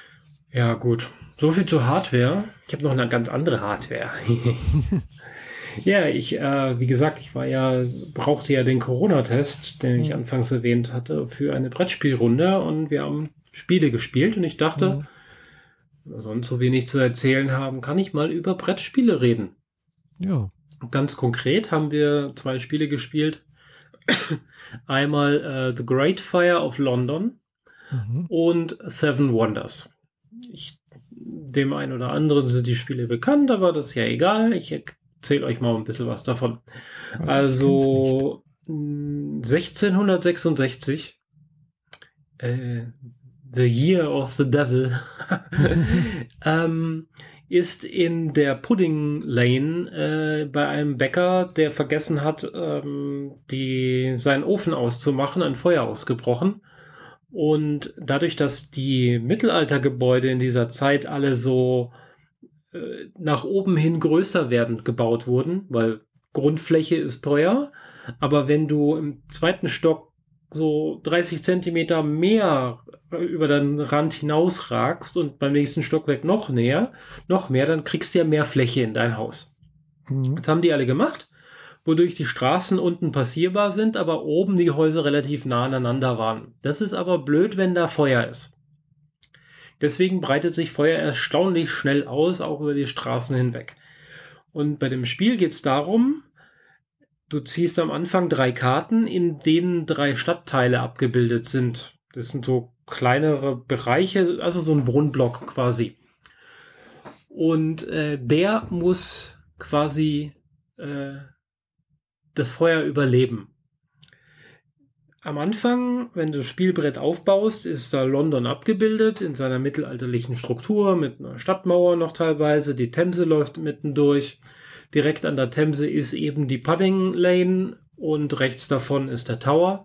Ja, gut. So viel zur Hardware. Ich habe noch eine ganz andere Hardware. Ja, ich, äh, wie gesagt, ich war ja, brauchte ja den Corona-Test, den ich Mhm. anfangs erwähnt hatte, für eine Brettspielrunde und wir haben Spiele gespielt und ich dachte, Mhm. wir sonst so wenig zu erzählen haben, kann ich mal über Brettspiele reden. Ja. Ganz konkret haben wir zwei Spiele gespielt. Einmal äh, The Great Fire of London Mhm. und Seven Wonders. Ich, dem einen oder anderen sind die Spiele bekannt, aber das ist ja egal. Ich erzähle euch mal ein bisschen was davon. Also, Also mh, sechzehnhundertsechsundsechzig, äh, The Year of the Devil, ähm, ist in der Pudding Lane äh, bei einem Bäcker, der vergessen hat, ähm, die, seinen Ofen auszumachen, ein Feuer ausgebrochen. Und dadurch, dass die Mittelaltergebäude in dieser Zeit alle so äh, nach oben hin größer werdend gebaut wurden, weil Grundfläche ist teuer, aber wenn du im zweiten Stock so dreißig Zentimeter mehr über den Rand hinausragst und beim nächsten Stockwerk noch näher, noch mehr, dann kriegst du ja mehr Fläche in dein Haus. Mhm. Das haben die alle gemacht, wodurch die Straßen unten passierbar sind, aber oben die Häuser relativ nah aneinander waren. Das ist aber blöd, wenn da Feuer ist. Deswegen breitet sich Feuer erstaunlich schnell aus, auch über die Straßen hinweg. Und bei dem Spiel geht es darum, du ziehst am Anfang drei Karten, in denen drei Stadtteile abgebildet sind. Das sind so kleinere Bereiche, also so ein Wohnblock quasi. Und äh, der muss quasi äh, das Feuer überleben. Am Anfang, wenn du das Spielbrett aufbaust, ist da London abgebildet in seiner mittelalterlichen Struktur mit einer Stadtmauer noch teilweise. Die Themse läuft mittendurch. Direkt an der Themse ist eben die Pudding Lane und rechts davon ist der Tower.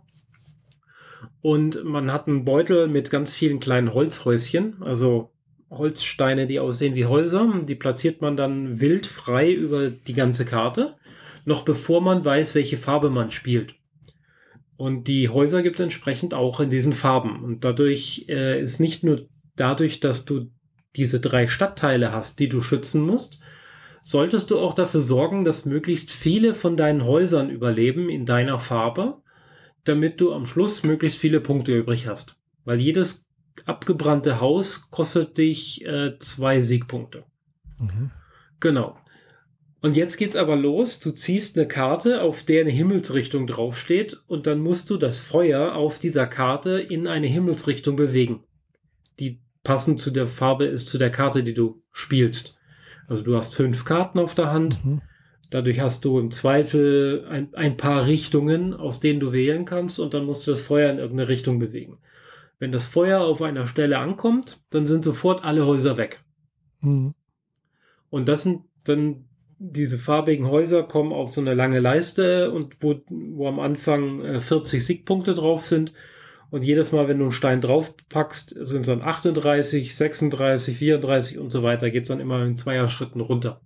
Und man hat einen Beutel mit ganz vielen kleinen Holzhäuschen, also Holzsteine, die aussehen wie Häuser. Die platziert man dann wild frei über die ganze Karte, noch bevor man weiß, welche Farbe man spielt. Und die Häuser gibt es entsprechend auch in diesen Farben. Und dadurch äh, ist nicht nur dadurch, dass du diese drei Stadtteile hast, die du schützen musst, solltest du auch dafür sorgen, dass möglichst viele von deinen Häusern überleben in deiner Farbe, damit du am Schluss möglichst viele Punkte übrig hast. Weil jedes abgebrannte Haus kostet dich äh, zwei Siegpunkte. Mhm. Genau. Und jetzt geht's aber los. Du ziehst eine Karte, auf der eine Himmelsrichtung draufsteht und dann musst du das Feuer auf dieser Karte in eine Himmelsrichtung bewegen, die passend zu der Farbe ist, zu der Karte, die du spielst. Also du hast fünf Karten auf der Hand. Mhm. Dadurch hast du im Zweifel ein, ein paar Richtungen, aus denen du wählen kannst und dann musst du das Feuer in irgendeine Richtung bewegen. Wenn das Feuer auf einer Stelle ankommt, dann sind sofort alle Häuser weg. Mhm. Und das sind dann diese farbigen Häuser kommen auf so eine lange Leiste und wo, wo am Anfang äh, vierzig Siegpunkte drauf sind. Und jedes Mal, wenn du einen Stein draufpackst, sind es dann achtunddreißig, sechsunddreißig, vierunddreißig und so weiter. Geht es dann immer in Zweierschritten runter.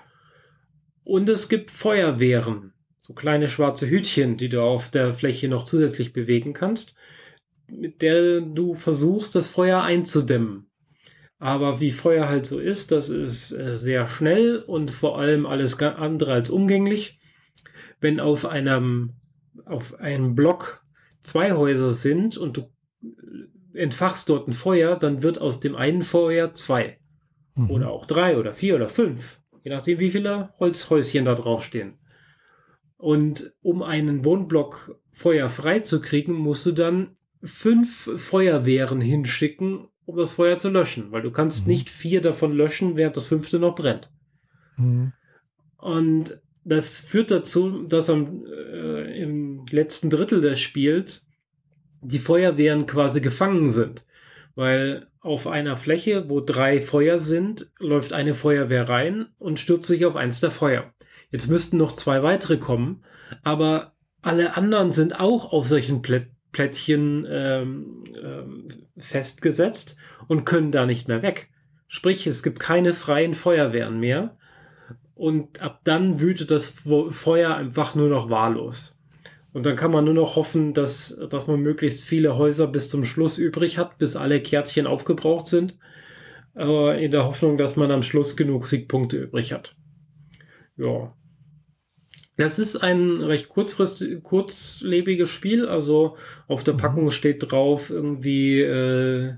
Und es gibt Feuerwehren, so kleine schwarze Hütchen, die du auf der Fläche noch zusätzlich bewegen kannst, mit der du versuchst, das Feuer einzudämmen. Aber wie Feuer halt so ist, das ist äh, sehr schnell und vor allem alles andere als umgänglich. Wenn auf einem, auf einem Block zwei Häuser sind und du entfachst dort ein Feuer, dann wird aus dem einen Feuer zwei. Mhm. Oder auch drei oder vier oder fünf. Je nachdem, wie viele Holzhäuschen da draufstehen. Und um einen Wohnblock Feuer frei zu kriegen, musst du dann fünf Feuerwehren hinschicken, um das Feuer zu löschen, weil du kannst Mhm. nicht vier davon löschen, während das fünfte noch brennt. Mhm. Und das führt dazu, dass am, äh, im letzten Drittel des Spiels die Feuerwehren quasi gefangen sind, weil auf einer Fläche, wo drei Feuer sind, läuft eine Feuerwehr rein und stürzt sich auf eins der Feuer. Jetzt müssten noch zwei weitere kommen, aber alle anderen sind auch auf solchen Plätt Plättchen ähm, ähm, festgesetzt und können da nicht mehr weg. Sprich, es gibt keine freien Feuerwehren mehr und ab dann wütet das Feuer einfach nur noch wahllos. Und dann kann man nur noch hoffen, dass, dass man möglichst viele Häuser bis zum Schluss übrig hat, bis alle Kärtchen aufgebraucht sind. aber in der Hoffnung, dass man am Schluss genug Siegpunkte übrig hat. Ja. Das ist ein recht kurzfristig, kurzlebiges Spiel, also auf der Packung mhm. steht drauf irgendwie äh,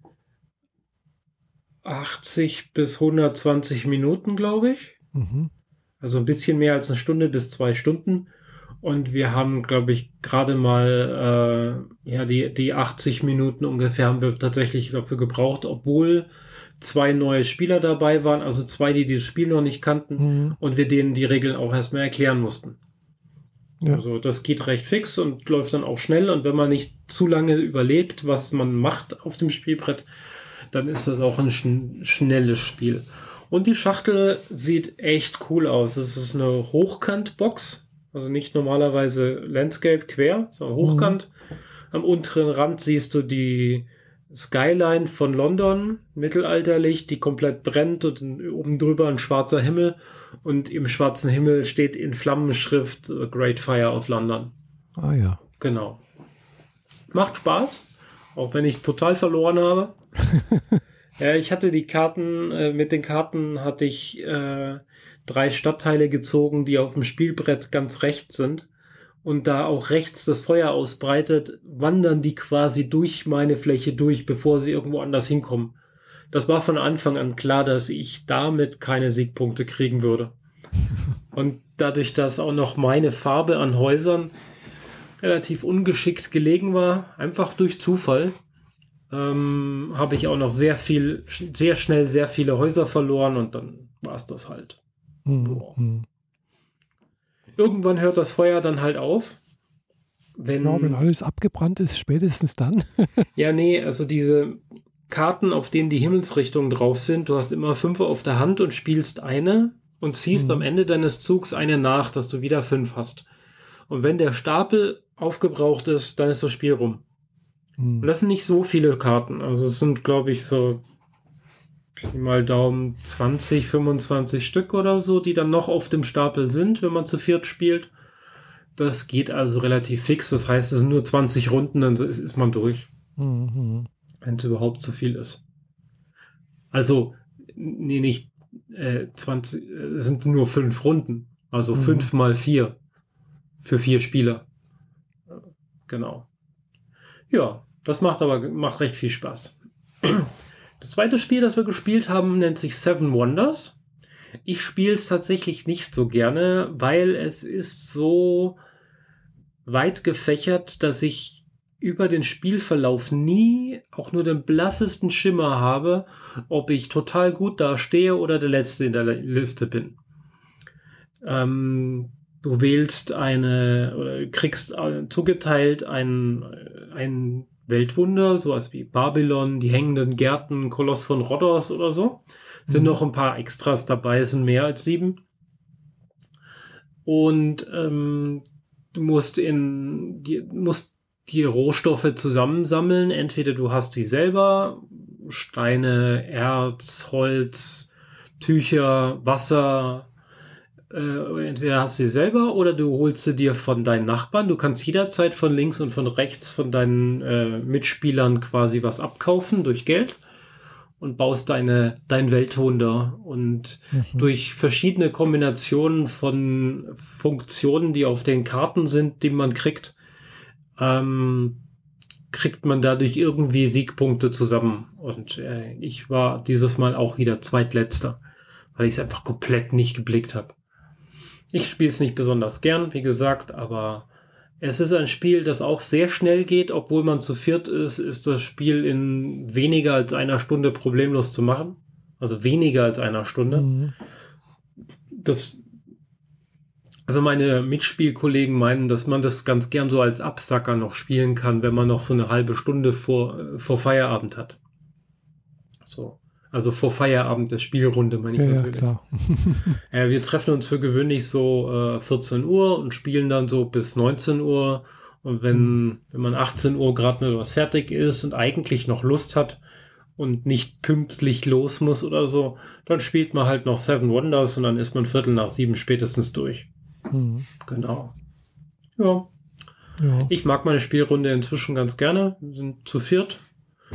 achtzig bis hundertzwanzig Minuten, glaube ich. Mhm. Also ein bisschen mehr als eine Stunde bis zwei Stunden. Und wir haben, glaube ich, gerade mal äh, ja die, die achtzig Minuten ungefähr haben wir tatsächlich dafür gebraucht, obwohl zwei neue Spieler dabei waren, also zwei, die das Spiel noch nicht kannten mhm. und wir denen die Regeln auch erstmal erklären mussten. Ja. Also das geht recht fix und läuft dann auch schnell und wenn man nicht zu lange überlegt, was man macht auf dem Spielbrett, dann ist das auch ein schn- schnelles Spiel. Und die Schachtel sieht echt cool aus. Es ist eine Hochkant-Box, also nicht normalerweise Landscape quer, sondern Hochkant. Mhm. Am unteren Rand siehst du die Skyline von London, mittelalterlich, die komplett brennt und oben drüber ein schwarzer Himmel und im schwarzen Himmel steht in Flammenschrift Great Fire of London. Ah ja. Genau. Macht Spaß, auch wenn ich total verloren habe. Ja, ich hatte die Karten, äh, mit den Karten hatte ich äh, drei Stadtteile gezogen, die auf dem Spielbrett ganz rechts sind. Und da auch rechts das Feuer ausbreitet, wandern die quasi durch meine Fläche durch, bevor sie irgendwo anders hinkommen. Das war von Anfang an klar, dass ich damit keine Siegpunkte kriegen würde. Und dadurch, dass auch noch meine Farbe an Häusern relativ ungeschickt gelegen war, einfach durch Zufall, ähm, habe ich auch noch sehr viel, sehr schnell sehr viele Häuser verloren und dann war es das halt. Mhm. Irgendwann hört das Feuer dann halt auf. Wenn, ja, wenn alles abgebrannt ist, spätestens dann. Ja, nee, also diese Karten, auf denen die Himmelsrichtungen drauf sind, du hast immer fünf auf der Hand und spielst eine und ziehst mhm. am Ende deines Zugs eine nach, dass du wieder fünf hast. Und wenn der Stapel aufgebraucht ist, dann ist das Spiel rum. Mhm. Und das sind nicht so viele Karten. Also es sind, glaube ich, so mal Daumen zwanzig, fünfundzwanzig Stück oder so, die dann noch auf dem Stapel sind, wenn man zu viert spielt. Das geht also relativ fix. Das heißt, es sind nur zwanzig Runden, dann ist, ist man durch. Mhm. Wenn es überhaupt zu viel ist. Also, nee, nicht äh, zwanzig, es sind nur fünf Runden. Also mhm. fünf mal vier. Für vier Spieler. Genau. Ja, das macht aber macht recht viel Spaß. Das zweite Spiel, das wir gespielt haben, nennt sich Seven Wonders. Ich spiele es tatsächlich nicht so gerne, weil es ist so weit gefächert, dass ich über den Spielverlauf nie auch nur den blassesten Schimmer habe, ob ich total gut dastehe oder der Letzte in der Liste bin. Ähm, du wählst eine, oder kriegst zugeteilt ein, ein Weltwunder, sowas wie Babylon, die hängenden Gärten, Koloss von Rhodos oder so. Sind mhm. noch ein paar Extras dabei, es sind mehr als sieben. Und ähm, du musst in die, musst die Rohstoffe zusammensammeln. Entweder du hast die selber, Steine, Erz, Holz, Tücher, Wasser. Äh, entweder hast du sie selber oder du holst sie dir von deinen Nachbarn. Du kannst jederzeit von links und von rechts von deinen äh, Mitspielern quasi was abkaufen durch Geld und baust deine, dein Weltwunder. Und mhm. durch verschiedene Kombinationen von Funktionen, die auf den Karten sind, die man kriegt, ähm, kriegt man dadurch irgendwie Siegpunkte zusammen. Und äh, ich war dieses Mal auch wieder Zweitletzter, weil ich es einfach komplett nicht geblickt habe. Ich spiele es nicht besonders gern, wie gesagt, aber es ist ein Spiel, das auch sehr schnell geht. Obwohl man zu viert ist, ist das Spiel in weniger als einer Stunde problemlos zu machen. Also weniger als einer Stunde. Mhm. Das, also meine Mitspielkollegen meinen, dass man das ganz gern so als Absacker noch spielen kann, wenn man noch so eine halbe Stunde vor, vor Feierabend hat. So. Also vor Feierabend der Spielrunde, meine ich ja, natürlich. Ja, klar. Ja, wir treffen uns für gewöhnlich so äh, vierzehn Uhr und spielen dann so bis neunzehn Uhr. Und wenn, mhm. wenn man achtzehn Uhr gerade mit was fertig ist und eigentlich noch Lust hat und nicht pünktlich los muss oder so, dann spielt man halt noch Seven Wonders und dann ist man Viertel nach sieben spätestens durch. Mhm. Genau. Ja. ja. Ich mag meine Spielrunde inzwischen ganz gerne. Wir sind zu viert.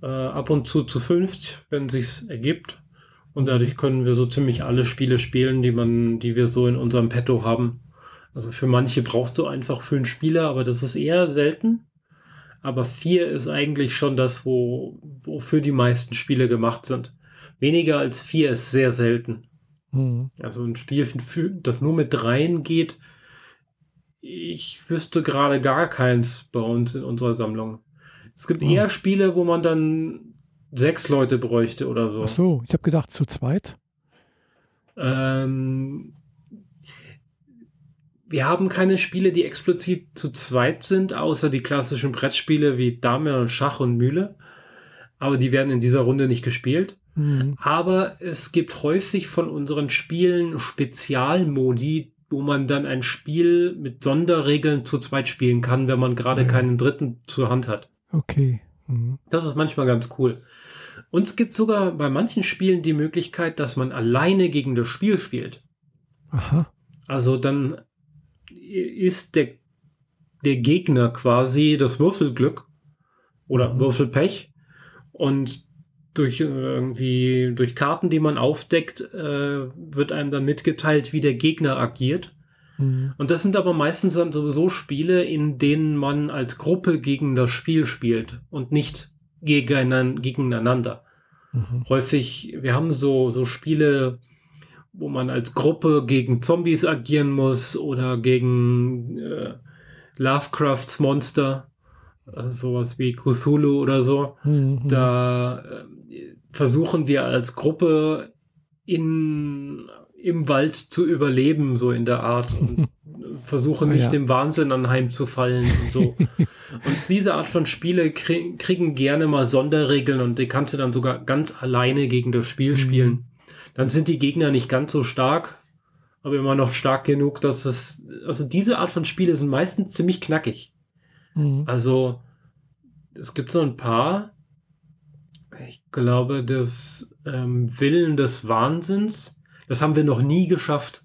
äh, ab und zu zu fünft, wenn sich's ergibt. Und dadurch können wir so ziemlich alle Spiele spielen, die man, die wir so in unserem Petto haben. Also für manche brauchst du einfach fünf Spieler, aber das ist eher selten. Aber vier ist eigentlich schon das, wo, wofür die meisten Spiele gemacht sind. Weniger als vier ist sehr selten. Mhm. Also ein Spiel, das nur mit dreien geht, ich wüsste gerade gar keins bei uns in unserer Sammlung. Es gibt Oh. eher Spiele, wo man dann sechs Leute bräuchte oder so. Ach so, ich habe gedacht zu zweit. Ähm, wir haben keine Spiele, die explizit zu zweit sind, außer die klassischen Brettspiele wie Dame und Schach und Mühle. Aber die werden in dieser Runde nicht gespielt. Mhm. Aber es gibt häufig von unseren Spielen Spezialmodi, wo man dann ein Spiel mit Sonderregeln zu zweit spielen kann, wenn man gerade Ah, ja. keinen Dritten zur Hand hat. Okay. Mhm. Das ist manchmal ganz cool. Und es gibt sogar bei manchen Spielen die Möglichkeit, dass man alleine gegen das Spiel spielt. Aha. Also dann ist der, der Gegner quasi das Würfelglück oder Mhm. Würfelpech. Und durch äh, irgendwie durch Karten, die man aufdeckt, äh, wird einem dann mitgeteilt, wie der Gegner agiert. Mhm. Und das sind aber meistens dann sowieso Spiele, in denen man als Gruppe gegen das Spiel spielt und nicht gegeneinander. gegeneinander. Mhm. Häufig, wir haben so, so Spiele, wo man als Gruppe gegen Zombies agieren muss oder gegen äh, Lovecrafts Monster, äh, sowas wie Cthulhu oder so. Mhm. Da äh, versuchen wir als Gruppe in, im Wald zu überleben, so in der Art. Und versuchen Ah, nicht ja. dem Wahnsinn anheimzufallen und so. Und diese Art von Spiele krie- kriegen gerne mal Sonderregeln und die kannst du dann sogar ganz alleine gegen das Spiel Mhm. spielen. Dann sind die Gegner nicht ganz so stark, aber immer noch stark genug, dass es, also diese Art von Spiele sind meistens ziemlich knackig. Mhm. Also es gibt so ein paar, ich glaube, das ähm, Willen des Wahnsinns, das haben wir noch nie geschafft.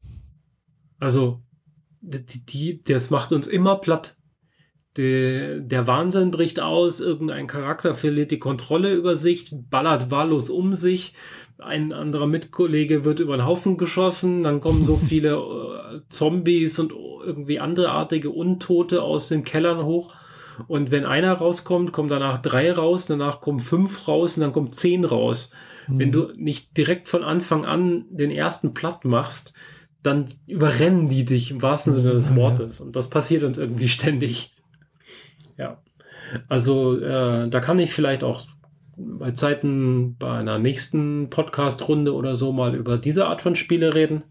Also die, die, das macht uns immer platt. Der, der Wahnsinn bricht aus, irgendein Charakter verliert die Kontrolle über sich, ballert wahllos um sich, ein anderer Mitkollege wird über den Haufen geschossen, dann kommen so viele äh, Zombies und irgendwie anderartige Untote aus den Kellern hoch. Und wenn einer rauskommt, kommen danach drei raus, danach kommen fünf raus und dann kommen zehn raus. Mhm. Wenn du nicht direkt von Anfang an den ersten platt machst, dann überrennen die dich im wahrsten Sinne des Ja, ja. Wortes. Und das passiert uns irgendwie ständig. Ja. Also äh, da kann ich vielleicht auch bei Zeiten bei einer nächsten Podcast-Runde oder so mal über diese Art von Spiele reden.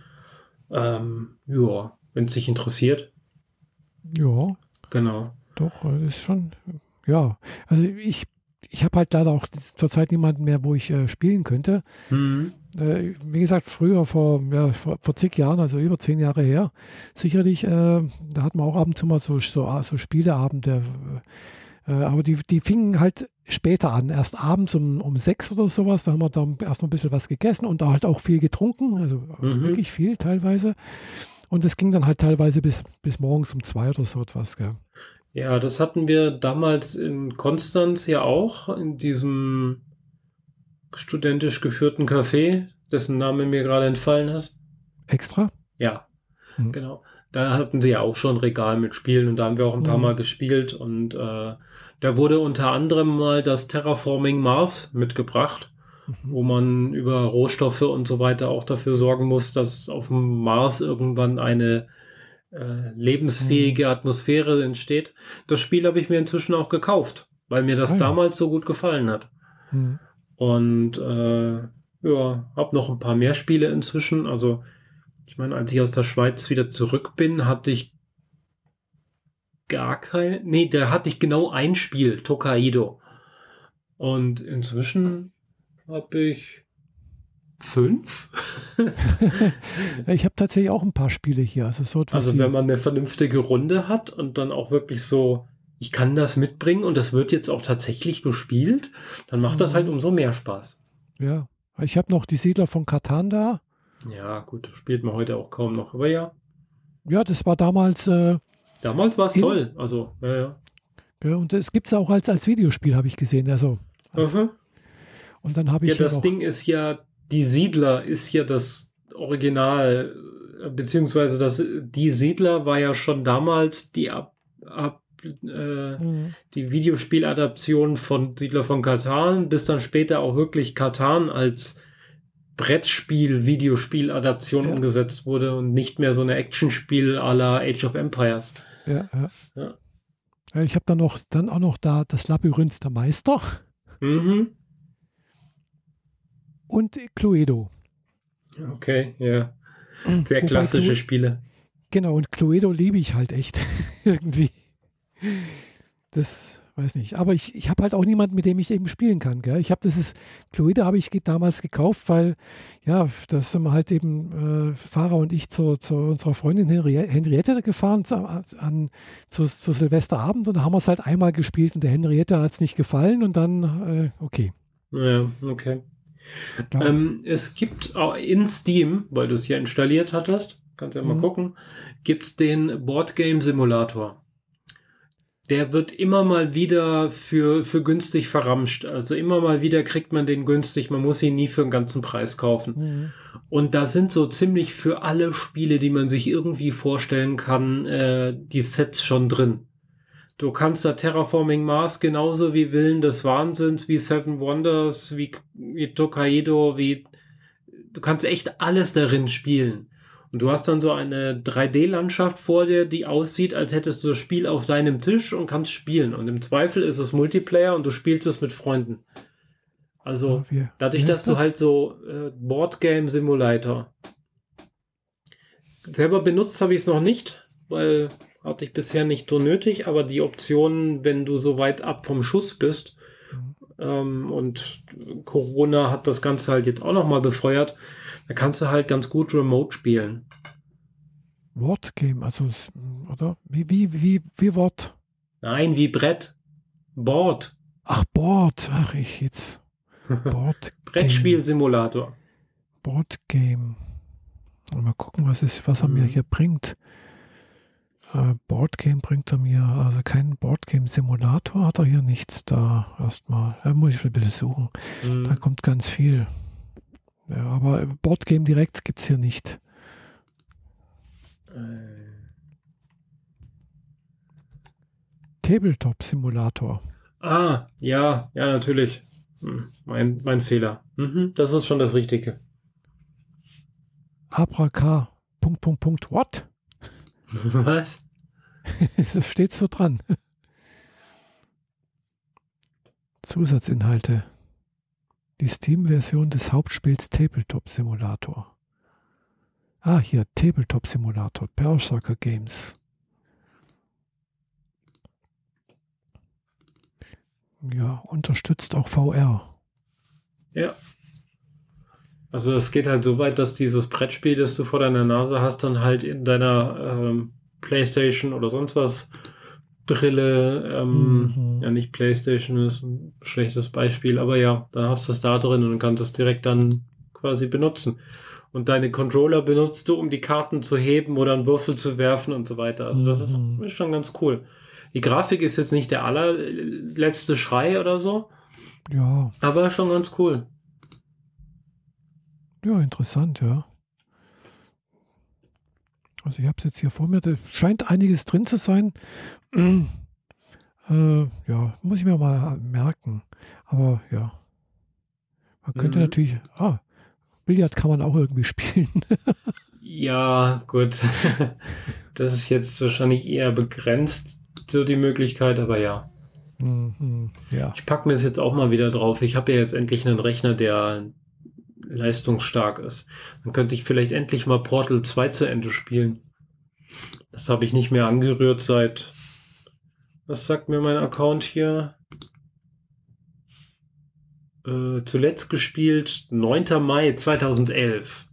Ähm, ja, wenn es dich interessiert. Ja, Genau. doch, äh, das ist schon, ja. Also ich, ich habe halt leider auch zurzeit niemanden mehr, wo ich äh, spielen könnte. Mhm. Äh, wie gesagt, früher, vor, ja, vor, vor zig Jahren, also über zehn Jahre her, sicherlich, äh, da hatten wir auch ab und zu mal so, so, so Spieleabende. Äh, aber die, die fingen halt später an, erst abends um, um sechs oder sowas. Da haben wir dann erst noch ein bisschen was gegessen und da halt auch viel getrunken, also Mhm. wirklich viel teilweise. Und es ging dann halt teilweise bis, bis morgens um zwei oder so etwas. Gell? Ja, das hatten wir damals in Konstanz ja auch, in diesem studentisch geführten Café, dessen Name mir gerade entfallen ist. Extra? Ja, Mhm. genau. Da hatten sie ja auch schon ein Regal mit Spielen und da haben wir auch ein paar Mhm. Mal gespielt und äh, da wurde unter anderem mal das Terraforming Mars mitgebracht, Mhm. wo man über Rohstoffe und so weiter auch dafür sorgen muss, dass auf dem Mars irgendwann eine äh, lebensfähige Atmosphäre entsteht. Das Spiel habe ich mir inzwischen auch gekauft, weil mir das Ah, ja. damals so gut gefallen hat. Mhm. Und äh, ja, habe noch ein paar mehr Spiele inzwischen. Also ich meine, als ich aus der Schweiz wieder zurück bin, hatte ich gar kein... Nee, da hatte ich genau ein Spiel, Tokaido. Und inzwischen habe ich fünf. Ich habe tatsächlich auch ein paar Spiele hier. Also, so etwas Also wie, wenn man eine vernünftige Runde hat und dann auch wirklich so, ich kann das mitbringen und das wird jetzt auch tatsächlich gespielt, dann macht das Mhm. halt umso mehr Spaß. ja. Ich habe noch die Siedler von Catan da. Ja, gut, spielt man heute auch kaum noch. Aber ja, Ja, das war damals, äh, damals war es In- toll. Also, ja, ja. Ja, und es gibt es auch als, als Videospiel, habe ich gesehen. Also, als, Mhm. Und dann habe ich Ja, hier das noch, Ding ist ja, die Siedler ist ja das Original, äh, beziehungsweise das, die Siedler war ja schon damals die ab, ab äh, Mhm. die Videospieladaption von Siedler von Catan, bis dann später auch wirklich Catan als Brettspiel, Videospiel-Adaption Ja. umgesetzt wurde und nicht mehr so eine Actionspiel à la Age of Empires. ja, ja. Ja. Ja, ich habe dann noch, dann auch noch da das Labyrinth der Meister Mhm. und Cluedo. Okay, ja. Sehr Wobei klassische Clu- Spiele. Genau, und Cluedo liebe ich halt echt irgendwie. Das weiß nicht. Aber ich, ich habe halt auch niemanden, mit dem ich eben spielen kann. Gell? Ich habe das ist, Cluedo habe ich ge- damals gekauft, weil, ja, da sind wir halt eben, äh, Fahrer und ich zu, zu unserer Freundin Henri- Henriette gefahren, zu, an, zu, zu Silvesterabend, und da haben wir es halt einmal gespielt und der Henriette hat es nicht gefallen und dann, äh, okay. Ja, okay. Ja. Ähm, es gibt auch in Steam, weil du es ja installiert hattest, kannst ja mal Mhm. gucken, gibt es den Board Game Simulator. Der wird immer mal wieder für, für günstig verramscht. Also immer mal wieder kriegt man den günstig. Man muss ihn nie für einen ganzen Preis kaufen. Mhm. Und da sind so ziemlich für alle Spiele, die man sich irgendwie vorstellen kann, äh, die Sets schon drin. Du kannst da Terraforming Mars genauso wie Villen des Wahnsinns, wie Seven Wonders, wie, wie Tokaido, wie du kannst echt alles darin spielen. Und du hast dann so eine drei D-Landschaft vor dir, die aussieht, als hättest du das Spiel auf deinem Tisch und kannst spielen. Und im Zweifel ist es Multiplayer und du spielst es mit Freunden. Also Ja, wie- dadurch, wie dass heißt du das? halt so äh, Board Game Simulator selber benutzt habe ich es noch nicht, weil hatte ich bisher nicht so nötig, aber die Option, wenn du so weit ab vom Schuss bist, Mhm. ähm, und Corona hat das Ganze halt jetzt auch noch mal befeuert, da kannst du halt ganz gut Remote spielen. Word Game, also, es- oder? Wie, wie, wie, wie Wort? Nein, wie Brett. Board. Ach, Board. Ach, ich jetzt. Board Game. Brettspielsimulator. Board Game. Mal gucken, was, ist, was er mir Mhm. hier bringt. Äh, Board Game bringt er mir, also keinen Board Game Simulator hat er hier nichts da erstmal. Da muss ich ein bisschen suchen. Mhm. Da kommt ganz viel. Ja, aber Board Game direkt gibt es hier nicht. Äh, Tabletop Simulator. ah, ja, ja, natürlich. Hm, mein, mein Fehler. Mhm, das ist schon das Richtige. Abraka. Punkt, Punkt, Punkt. What? Was? Das steht so dran. Zusatzinhalte. Die Steam-Version des Hauptspiels Tabletop Simulator. Ah, hier, Tabletop Simulator. Berserker Games. Ja, unterstützt auch V R. Ja. Also es geht halt so weit, dass dieses Brettspiel, das du vor deiner Nase hast, dann halt in deiner ähm, Playstation oder sonst was Brille, ähm, Mhm. ja nicht Playstation ist ein schlechtes Beispiel, aber ja, da hast du es da drin und kannst es direkt dann quasi benutzen. Und deine Controller benutzt du, um die Karten zu heben oder einen Würfel zu werfen und so weiter. Also das ist, Mhm. ist schon ganz cool. Die Grafik ist jetzt nicht der allerletzte Schrei oder so, Ja, aber schon ganz cool. ja, interessant, ja. Also ich habe es jetzt hier vor mir, da scheint einiges drin zu sein. äh, ja, muss ich mir mal merken. Aber ja, man könnte Mhm. natürlich, ah, Billard kann man auch irgendwie spielen. Ja, gut. Das ist jetzt wahrscheinlich eher begrenzt, so die Möglichkeit, aber ja. Mhm, ja, Ich packe mir es jetzt auch mal wieder drauf. Ich habe ja jetzt endlich einen Rechner, der leistungsstark ist. Dann könnte ich vielleicht endlich mal Portal zwei zu Ende spielen. Das habe ich nicht mehr angerührt seit, was sagt mir mein Account hier? Äh, zuletzt gespielt neunter Mai zweitausendelf.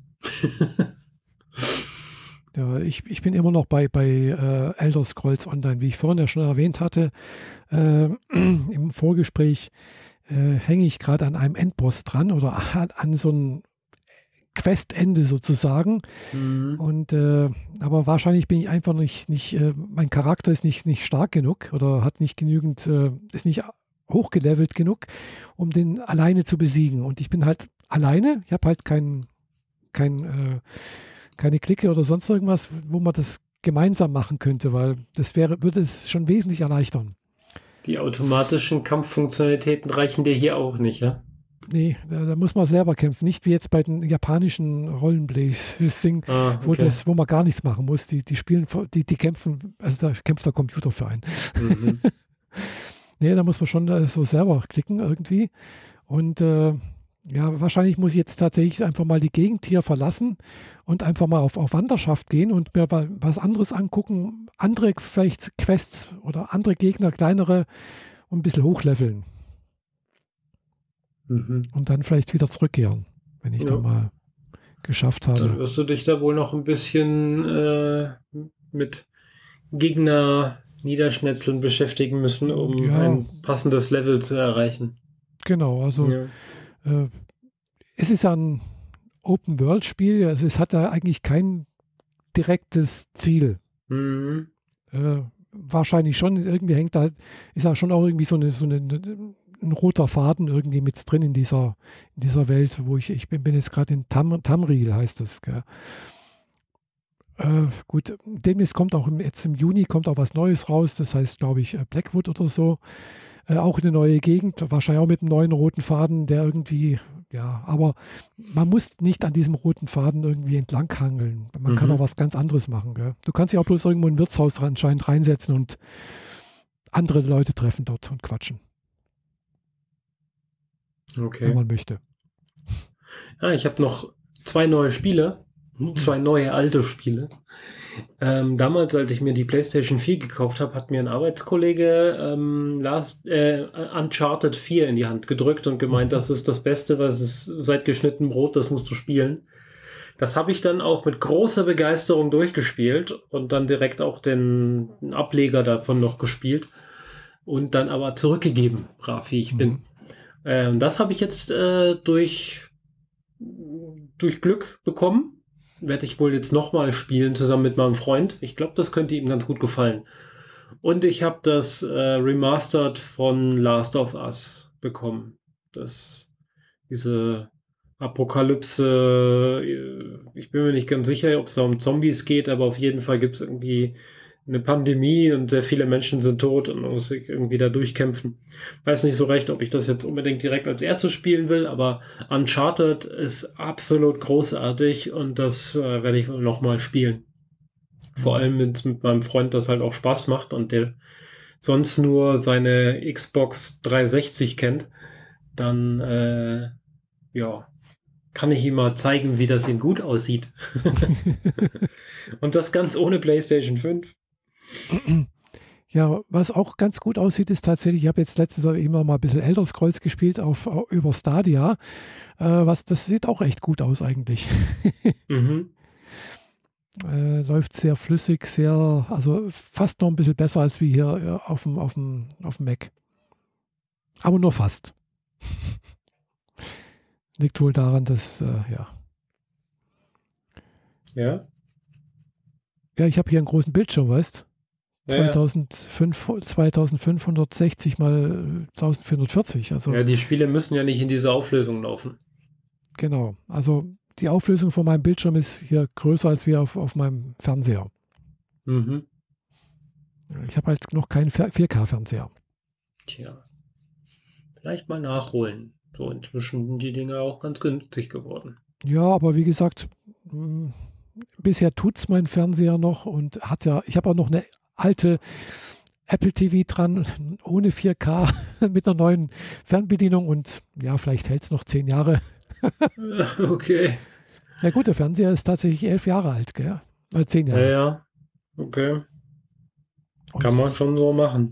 ja ich, ich bin immer noch bei, bei äh, Elder Scrolls Online, wie ich vorhin ja schon erwähnt hatte. Äh, im Vorgespräch äh, hänge ich gerade an einem Endboss dran oder an, an so einem Questende sozusagen. Mhm. Und äh, aber wahrscheinlich bin ich einfach nicht, nicht äh, mein Charakter ist nicht, nicht stark genug oder hat nicht genügend, äh, ist nicht hochgelevelt genug, um den alleine zu besiegen. Und ich bin halt alleine, ich habe halt kein, kein, äh, keine Clique oder sonst irgendwas, wo man das gemeinsam machen könnte, weil das wäre, würde es schon wesentlich erleichtern. Die automatischen Kampffunktionalitäten reichen dir hier auch nicht, ja? Nee, da, da muss man selber kämpfen. Nicht wie jetzt bei den japanischen Rollenplay-Sing, Ah, wo, okay. das, wo man gar nichts machen muss. Die, die spielen, die, die kämpfen, also da kämpft der Computer für einen. Mhm. Nee, da muss man schon äh, so selber klicken irgendwie. Und äh, ja, wahrscheinlich muss ich jetzt tatsächlich einfach mal die Gegend hier verlassen und einfach mal auf, auf Wanderschaft gehen und mir wa- was anderes angucken. Andere vielleicht Quests oder andere Gegner, kleinere und ein bisschen hochleveln. Mhm. Und dann vielleicht wieder zurückkehren, wenn ich Ja. dann mal geschafft Dann habe. wirst du dich da wohl noch ein bisschen äh, mit Gegner niederschnetzeln beschäftigen müssen, um Ja. ein passendes Level zu erreichen. Genau, also Ja. äh, es ist ja ein Open-World-Spiel, also es hat da eigentlich kein direktes Ziel. Mhm. Äh, wahrscheinlich schon, irgendwie hängt da, ist ja schon auch irgendwie so, eine, so eine, ein roter Faden irgendwie mit drin in dieser, in dieser Welt, wo ich, ich bin, bin jetzt gerade in Tam, Tamriel, heißt das. Gell? Äh, gut, demnächst kommt auch im, jetzt im Juni kommt auch was Neues raus, das heißt, glaube ich, Blackwood oder so. Äh, auch eine neue Gegend, wahrscheinlich auch mit einem neuen roten Faden, der irgendwie, ja, aber man muss nicht an diesem roten Faden irgendwie entlanghangeln. Man Mhm. kann auch was ganz anderes machen. Gell? Du kannst dich auch bloß irgendwo in ein Wirtshaus anscheinend reinsetzen und andere Leute treffen dort und quatschen, wenn Okay. man möchte. Ah, ich habe noch zwei neue Spiele, zwei neue alte Spiele. Ähm, damals, als ich mir die PlayStation vier gekauft habe, hat mir ein Arbeitskollege ähm, Last, äh, Uncharted vier in die Hand gedrückt und gemeint, Mhm. das ist das Beste, was es seit geschnittenem Brot, das musst du spielen. Das habe ich dann auch mit großer Begeisterung durchgespielt und dann direkt auch den Ableger davon noch gespielt und dann aber zurückgegeben, brav wie ich Mhm. bin. Äh, das habe ich jetzt äh, durch, durch Glück bekommen. Werde ich wohl jetzt nochmal spielen, zusammen mit meinem Freund. Ich glaube, das könnte ihm ganz gut gefallen. Und ich habe das äh, Remastered von Last of Us bekommen. Das, diese Apokalypse, äh, ich bin mir nicht ganz sicher, ob es da um Zombies geht, aber auf jeden Fall gibt es irgendwie eine Pandemie und sehr viele Menschen sind tot und man muss sich irgendwie da durchkämpfen. Weiß nicht so recht, ob ich das jetzt unbedingt direkt als erstes spielen will, aber Uncharted ist absolut großartig und das äh, werde ich nochmal spielen. Vor allem mit, mit meinem Freund, das halt auch Spaß macht und der sonst nur seine Xbox dreihundertsechzig kennt, dann äh, ja, kann ich ihm mal zeigen, wie das ihm gut aussieht. Und das ganz ohne PlayStation fünf. Ja, was auch ganz gut aussieht, ist tatsächlich, ich habe jetzt letztens immer mal ein bisschen Elder Scrolls gespielt auf, auf über Stadia. Äh, was, das sieht auch echt gut aus eigentlich. Mhm. Äh, läuft sehr flüssig, sehr, also fast noch ein bisschen besser als wie hier äh, auf dem, auf dem, auf dem Mac. Aber nur fast. Liegt wohl daran, dass, äh, ja. Ja. Ja, ich habe hier einen großen Bildschirm, weißt Ja, ja. zweitausendfünfhundertsechzig mal eintausendvierhundertvierzig. Also Ja, die Spiele müssen ja nicht in diese Auflösung laufen. genau. Also die Auflösung von meinem Bildschirm ist hier größer als wie auf, auf meinem Fernseher. Mhm. Ich habe halt noch keinen vier K-Fernseher. Tja. Vielleicht mal nachholen. So, inzwischen sind die Dinge auch ganz günstig geworden. Ja, aber wie gesagt, mh, bisher tut es mein Fernseher noch und hat ja, ich habe auch noch eine alte Apple T V dran, ohne vier K, mit einer neuen Fernbedienung und ja, vielleicht hält es noch zehn Jahre. Okay. Ja gut, der Fernseher ist tatsächlich elf Jahre alt, gell? Äh, zehn Ja, Jahre. ja. Okay. Und Kann man schon so machen.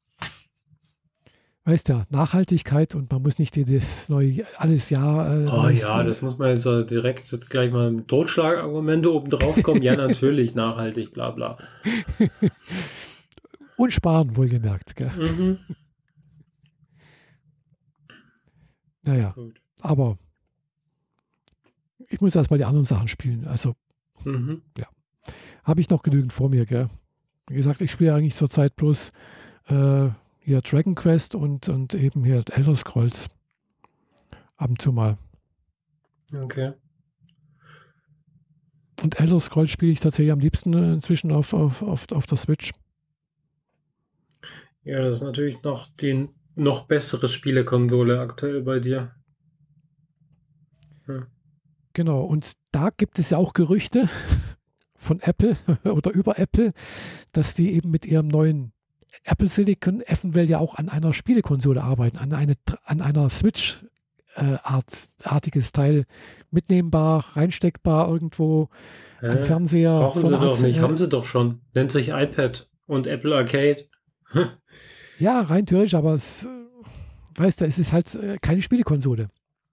weißt ja, Nachhaltigkeit und man muss nicht jedes neue, alles Jahr. Äh, Oh neues, ja, äh, das muss man jetzt äh, direkt jetzt gleich mal mit Totschlagargumente oben drauf kommen. Ja, natürlich, nachhaltig, bla bla. und sparen, wohlgemerkt, gell? Mhm. Naja, Gut. aber ich muss erstmal die anderen Sachen spielen. Also Mhm. habe ich noch genügend vor mir, gell? Wie gesagt, ich spiele eigentlich zurzeit bloß äh, hier Dragon Quest und, und eben hier Elder Scrolls. Ab und zu mal. Okay. Und Elder Scrolls spiele ich tatsächlich am liebsten äh, inzwischen auf, auf, auf, auf der Switch. Ja, das ist natürlich noch die noch bessere Spielekonsole aktuell bei dir. Hm. Genau, und da gibt es ja auch Gerüchte von Apple oder über Apple, dass die eben mit ihrem neuen Apple Silicon eventuell ja auch an einer Spielekonsole arbeiten, an, eine, an einer Switch äh, Art, artiges Teil, mitnehmbar, reinsteckbar irgendwo, ein Hä? Fernseher. Brauchen so sie eine Art, doch nicht, äh, haben sie doch schon. Nennt sich iPad und Apple Arcade. Ja, rein theoretisch, aber es, äh, weißt du, es ist halt äh, keine Spielekonsole.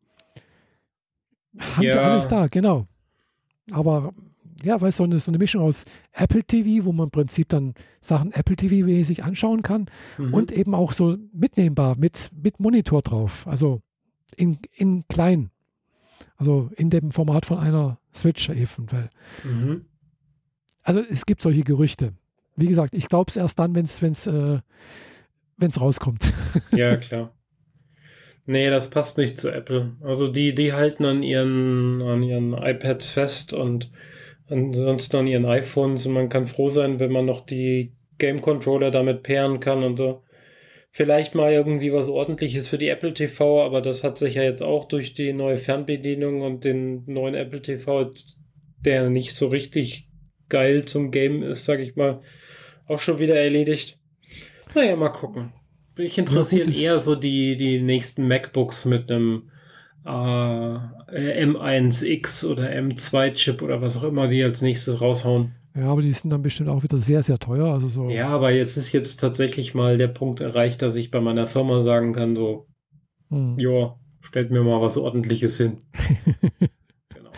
Haben sie alles Ja, da, genau. Aber ja, weißt du, so eine, so eine Mischung aus Apple T V, wo man im Prinzip dann Sachen Apple T V-mäßig anschauen kann mhm. und eben auch so mitnehmbar mit, mit Monitor drauf. Also in, in klein. Also in dem Format von einer Switch eventuell. Mhm. Also es gibt solche Gerüchte. Wie gesagt, ich glaube es erst dann, wenn es wenn's, äh, wenn's rauskommt. Ja, klar. Nee, das passt nicht zu Apple. Also die, die halten an ihren, an ihren iPads fest und ansonsten an ihren iPhones und man kann froh sein, wenn man noch die Game Controller damit pairen kann und so. Vielleicht mal irgendwie was Ordentliches für die Apple T V, aber das hat sich ja jetzt auch durch die neue Fernbedienung und den neuen Apple T V, der nicht so richtig geil zum Game ist, sag ich mal, auch schon wieder erledigt. Naja, mal gucken. Mich interessieren Ja, gut, ich- eher so die, die nächsten MacBooks mit einem äh, M eins X oder M zwei Chip oder was auch immer die als nächstes raushauen. Ja, aber die sind dann bestimmt auch wieder sehr, sehr teuer. Also so, Ja, aber jetzt ist jetzt tatsächlich mal der Punkt erreicht, dass ich bei meiner Firma sagen kann, so, hm. ja, stellt mir mal was Ordentliches hin. Genau.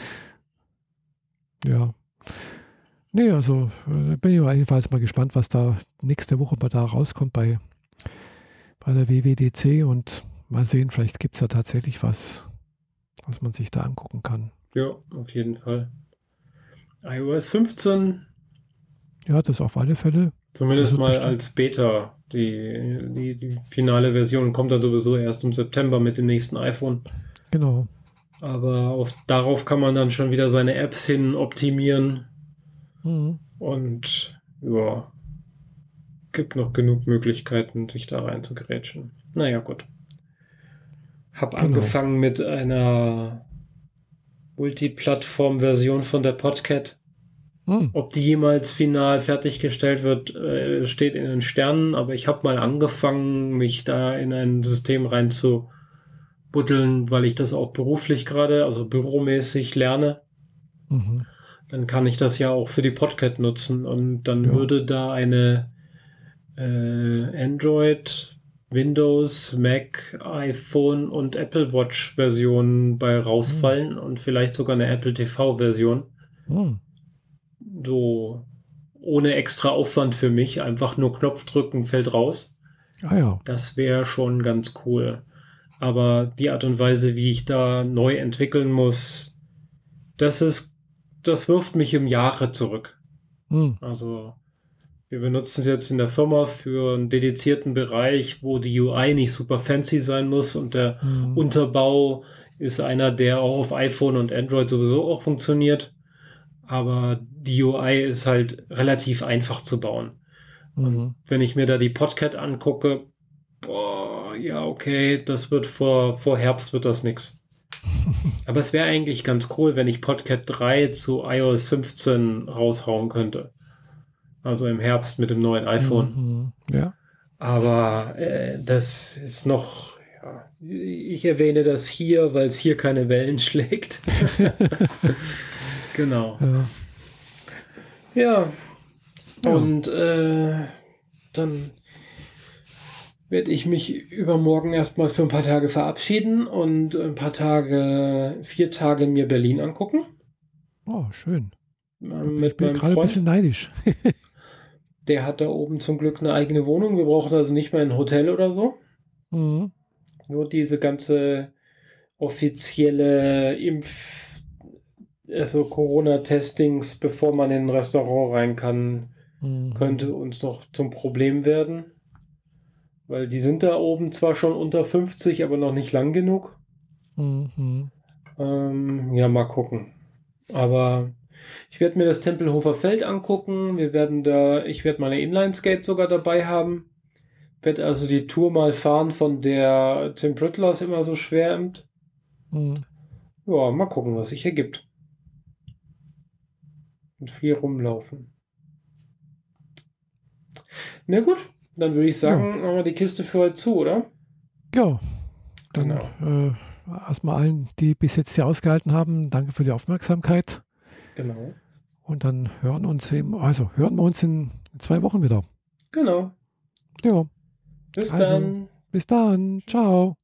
Ja. Nee, also äh, bin ich mal jedenfalls mal gespannt, was da nächste Woche bei da rauskommt bei, bei der W W D C und mal sehen, vielleicht gibt es ja tatsächlich was, was man sich da angucken kann. Ja, auf jeden Fall. iOS fünfzehn, Ja, das auf alle Fälle. zumindest Das wird mal bestimmt- als Beta. Die, die, die finale Version kommt dann sowieso erst im September mit dem nächsten iPhone. Genau. Aber auf, darauf kann man dann schon wieder seine Apps hin optimieren. Mhm. Und ja, gibt noch genug Möglichkeiten, sich da rein zu grätschen. Naja, gut. Hab Genau. angefangen mit einer Multiplattform-Version von der Podcat. Mhm. Ob die jemals final fertiggestellt wird, äh, steht in den Sternen, aber ich habe mal angefangen, mich da in ein System reinzubuddeln, weil ich das auch beruflich gerade, also büromäßig lerne. Mhm. Dann kann ich das ja auch für die Podcat nutzen und dann Ja. würde da eine äh, Android, Windows, Mac, iPhone und Apple Watch Version bei rausfallen und vielleicht sogar eine Apple T V Version. Mhm. So ohne extra Aufwand für mich, einfach nur Knopf drücken, fällt raus. Ah ja. Das wäre schon ganz cool. Aber die Art und Weise, wie ich da neu entwickeln muss, das ist, das wirft mich um Jahre zurück. Mhm. Also wir benutzen es jetzt in der Firma für einen dedizierten Bereich, wo die U I nicht super fancy sein muss und der Mhm. Unterbau ist einer, der auch auf iPhone und Android sowieso auch funktioniert. Aber die U I ist halt relativ einfach zu bauen. Und Mhm. wenn ich mir da die Podcat angucke, boah, ja, okay, das wird vor, vor Herbst wird das nix. Aber es wäre eigentlich ganz cool, wenn ich Podcat drei zu iOS fünfzehn raushauen könnte. Also im Herbst mit dem neuen iPhone. Mhm. Ja. Aber äh, das ist noch, ja, ich erwähne das hier, weil es hier keine Wellen schlägt. Genau. Ja. Ja. Ja. Und äh, dann werde ich mich übermorgen erstmal für ein paar Tage verabschieden und ein paar Tage, vier Tage mir Berlin angucken. Oh, schön. Ähm, Ich mit bin meinem gerade ein Freund. bisschen neidisch. Der hat da oben zum Glück eine eigene Wohnung. Wir brauchen also nicht mehr ein Hotel oder so. Mhm. Nur diese ganze offizielle Impf also Corona-Testings, bevor man in ein Restaurant rein kann, Mhm. könnte uns noch zum Problem werden. Weil die sind da oben zwar schon unter fünfzig, aber noch nicht lang genug. Mhm. Ähm, ja, mal gucken. Aber ich werde mir das Tempelhofer Feld angucken. Wir werden da, ich werde meine Inline-Skate sogar dabei haben. Werde also die Tour mal fahren, von der Tim Pritloff immer so schwärmt. Mhm. Ja, mal gucken, was sich ergibt. Und viel rumlaufen. Na gut, dann würde ich sagen, machen wir die Kiste für heute zu, oder? Ja, dann Genau. äh, erstmal allen, die bis jetzt hier ausgehalten haben, danke für die Aufmerksamkeit. Genau. Und dann hören uns eben, also hören wir uns in zwei Wochen wieder. Genau. Ja, Bis also dann. bis dann. Ciao.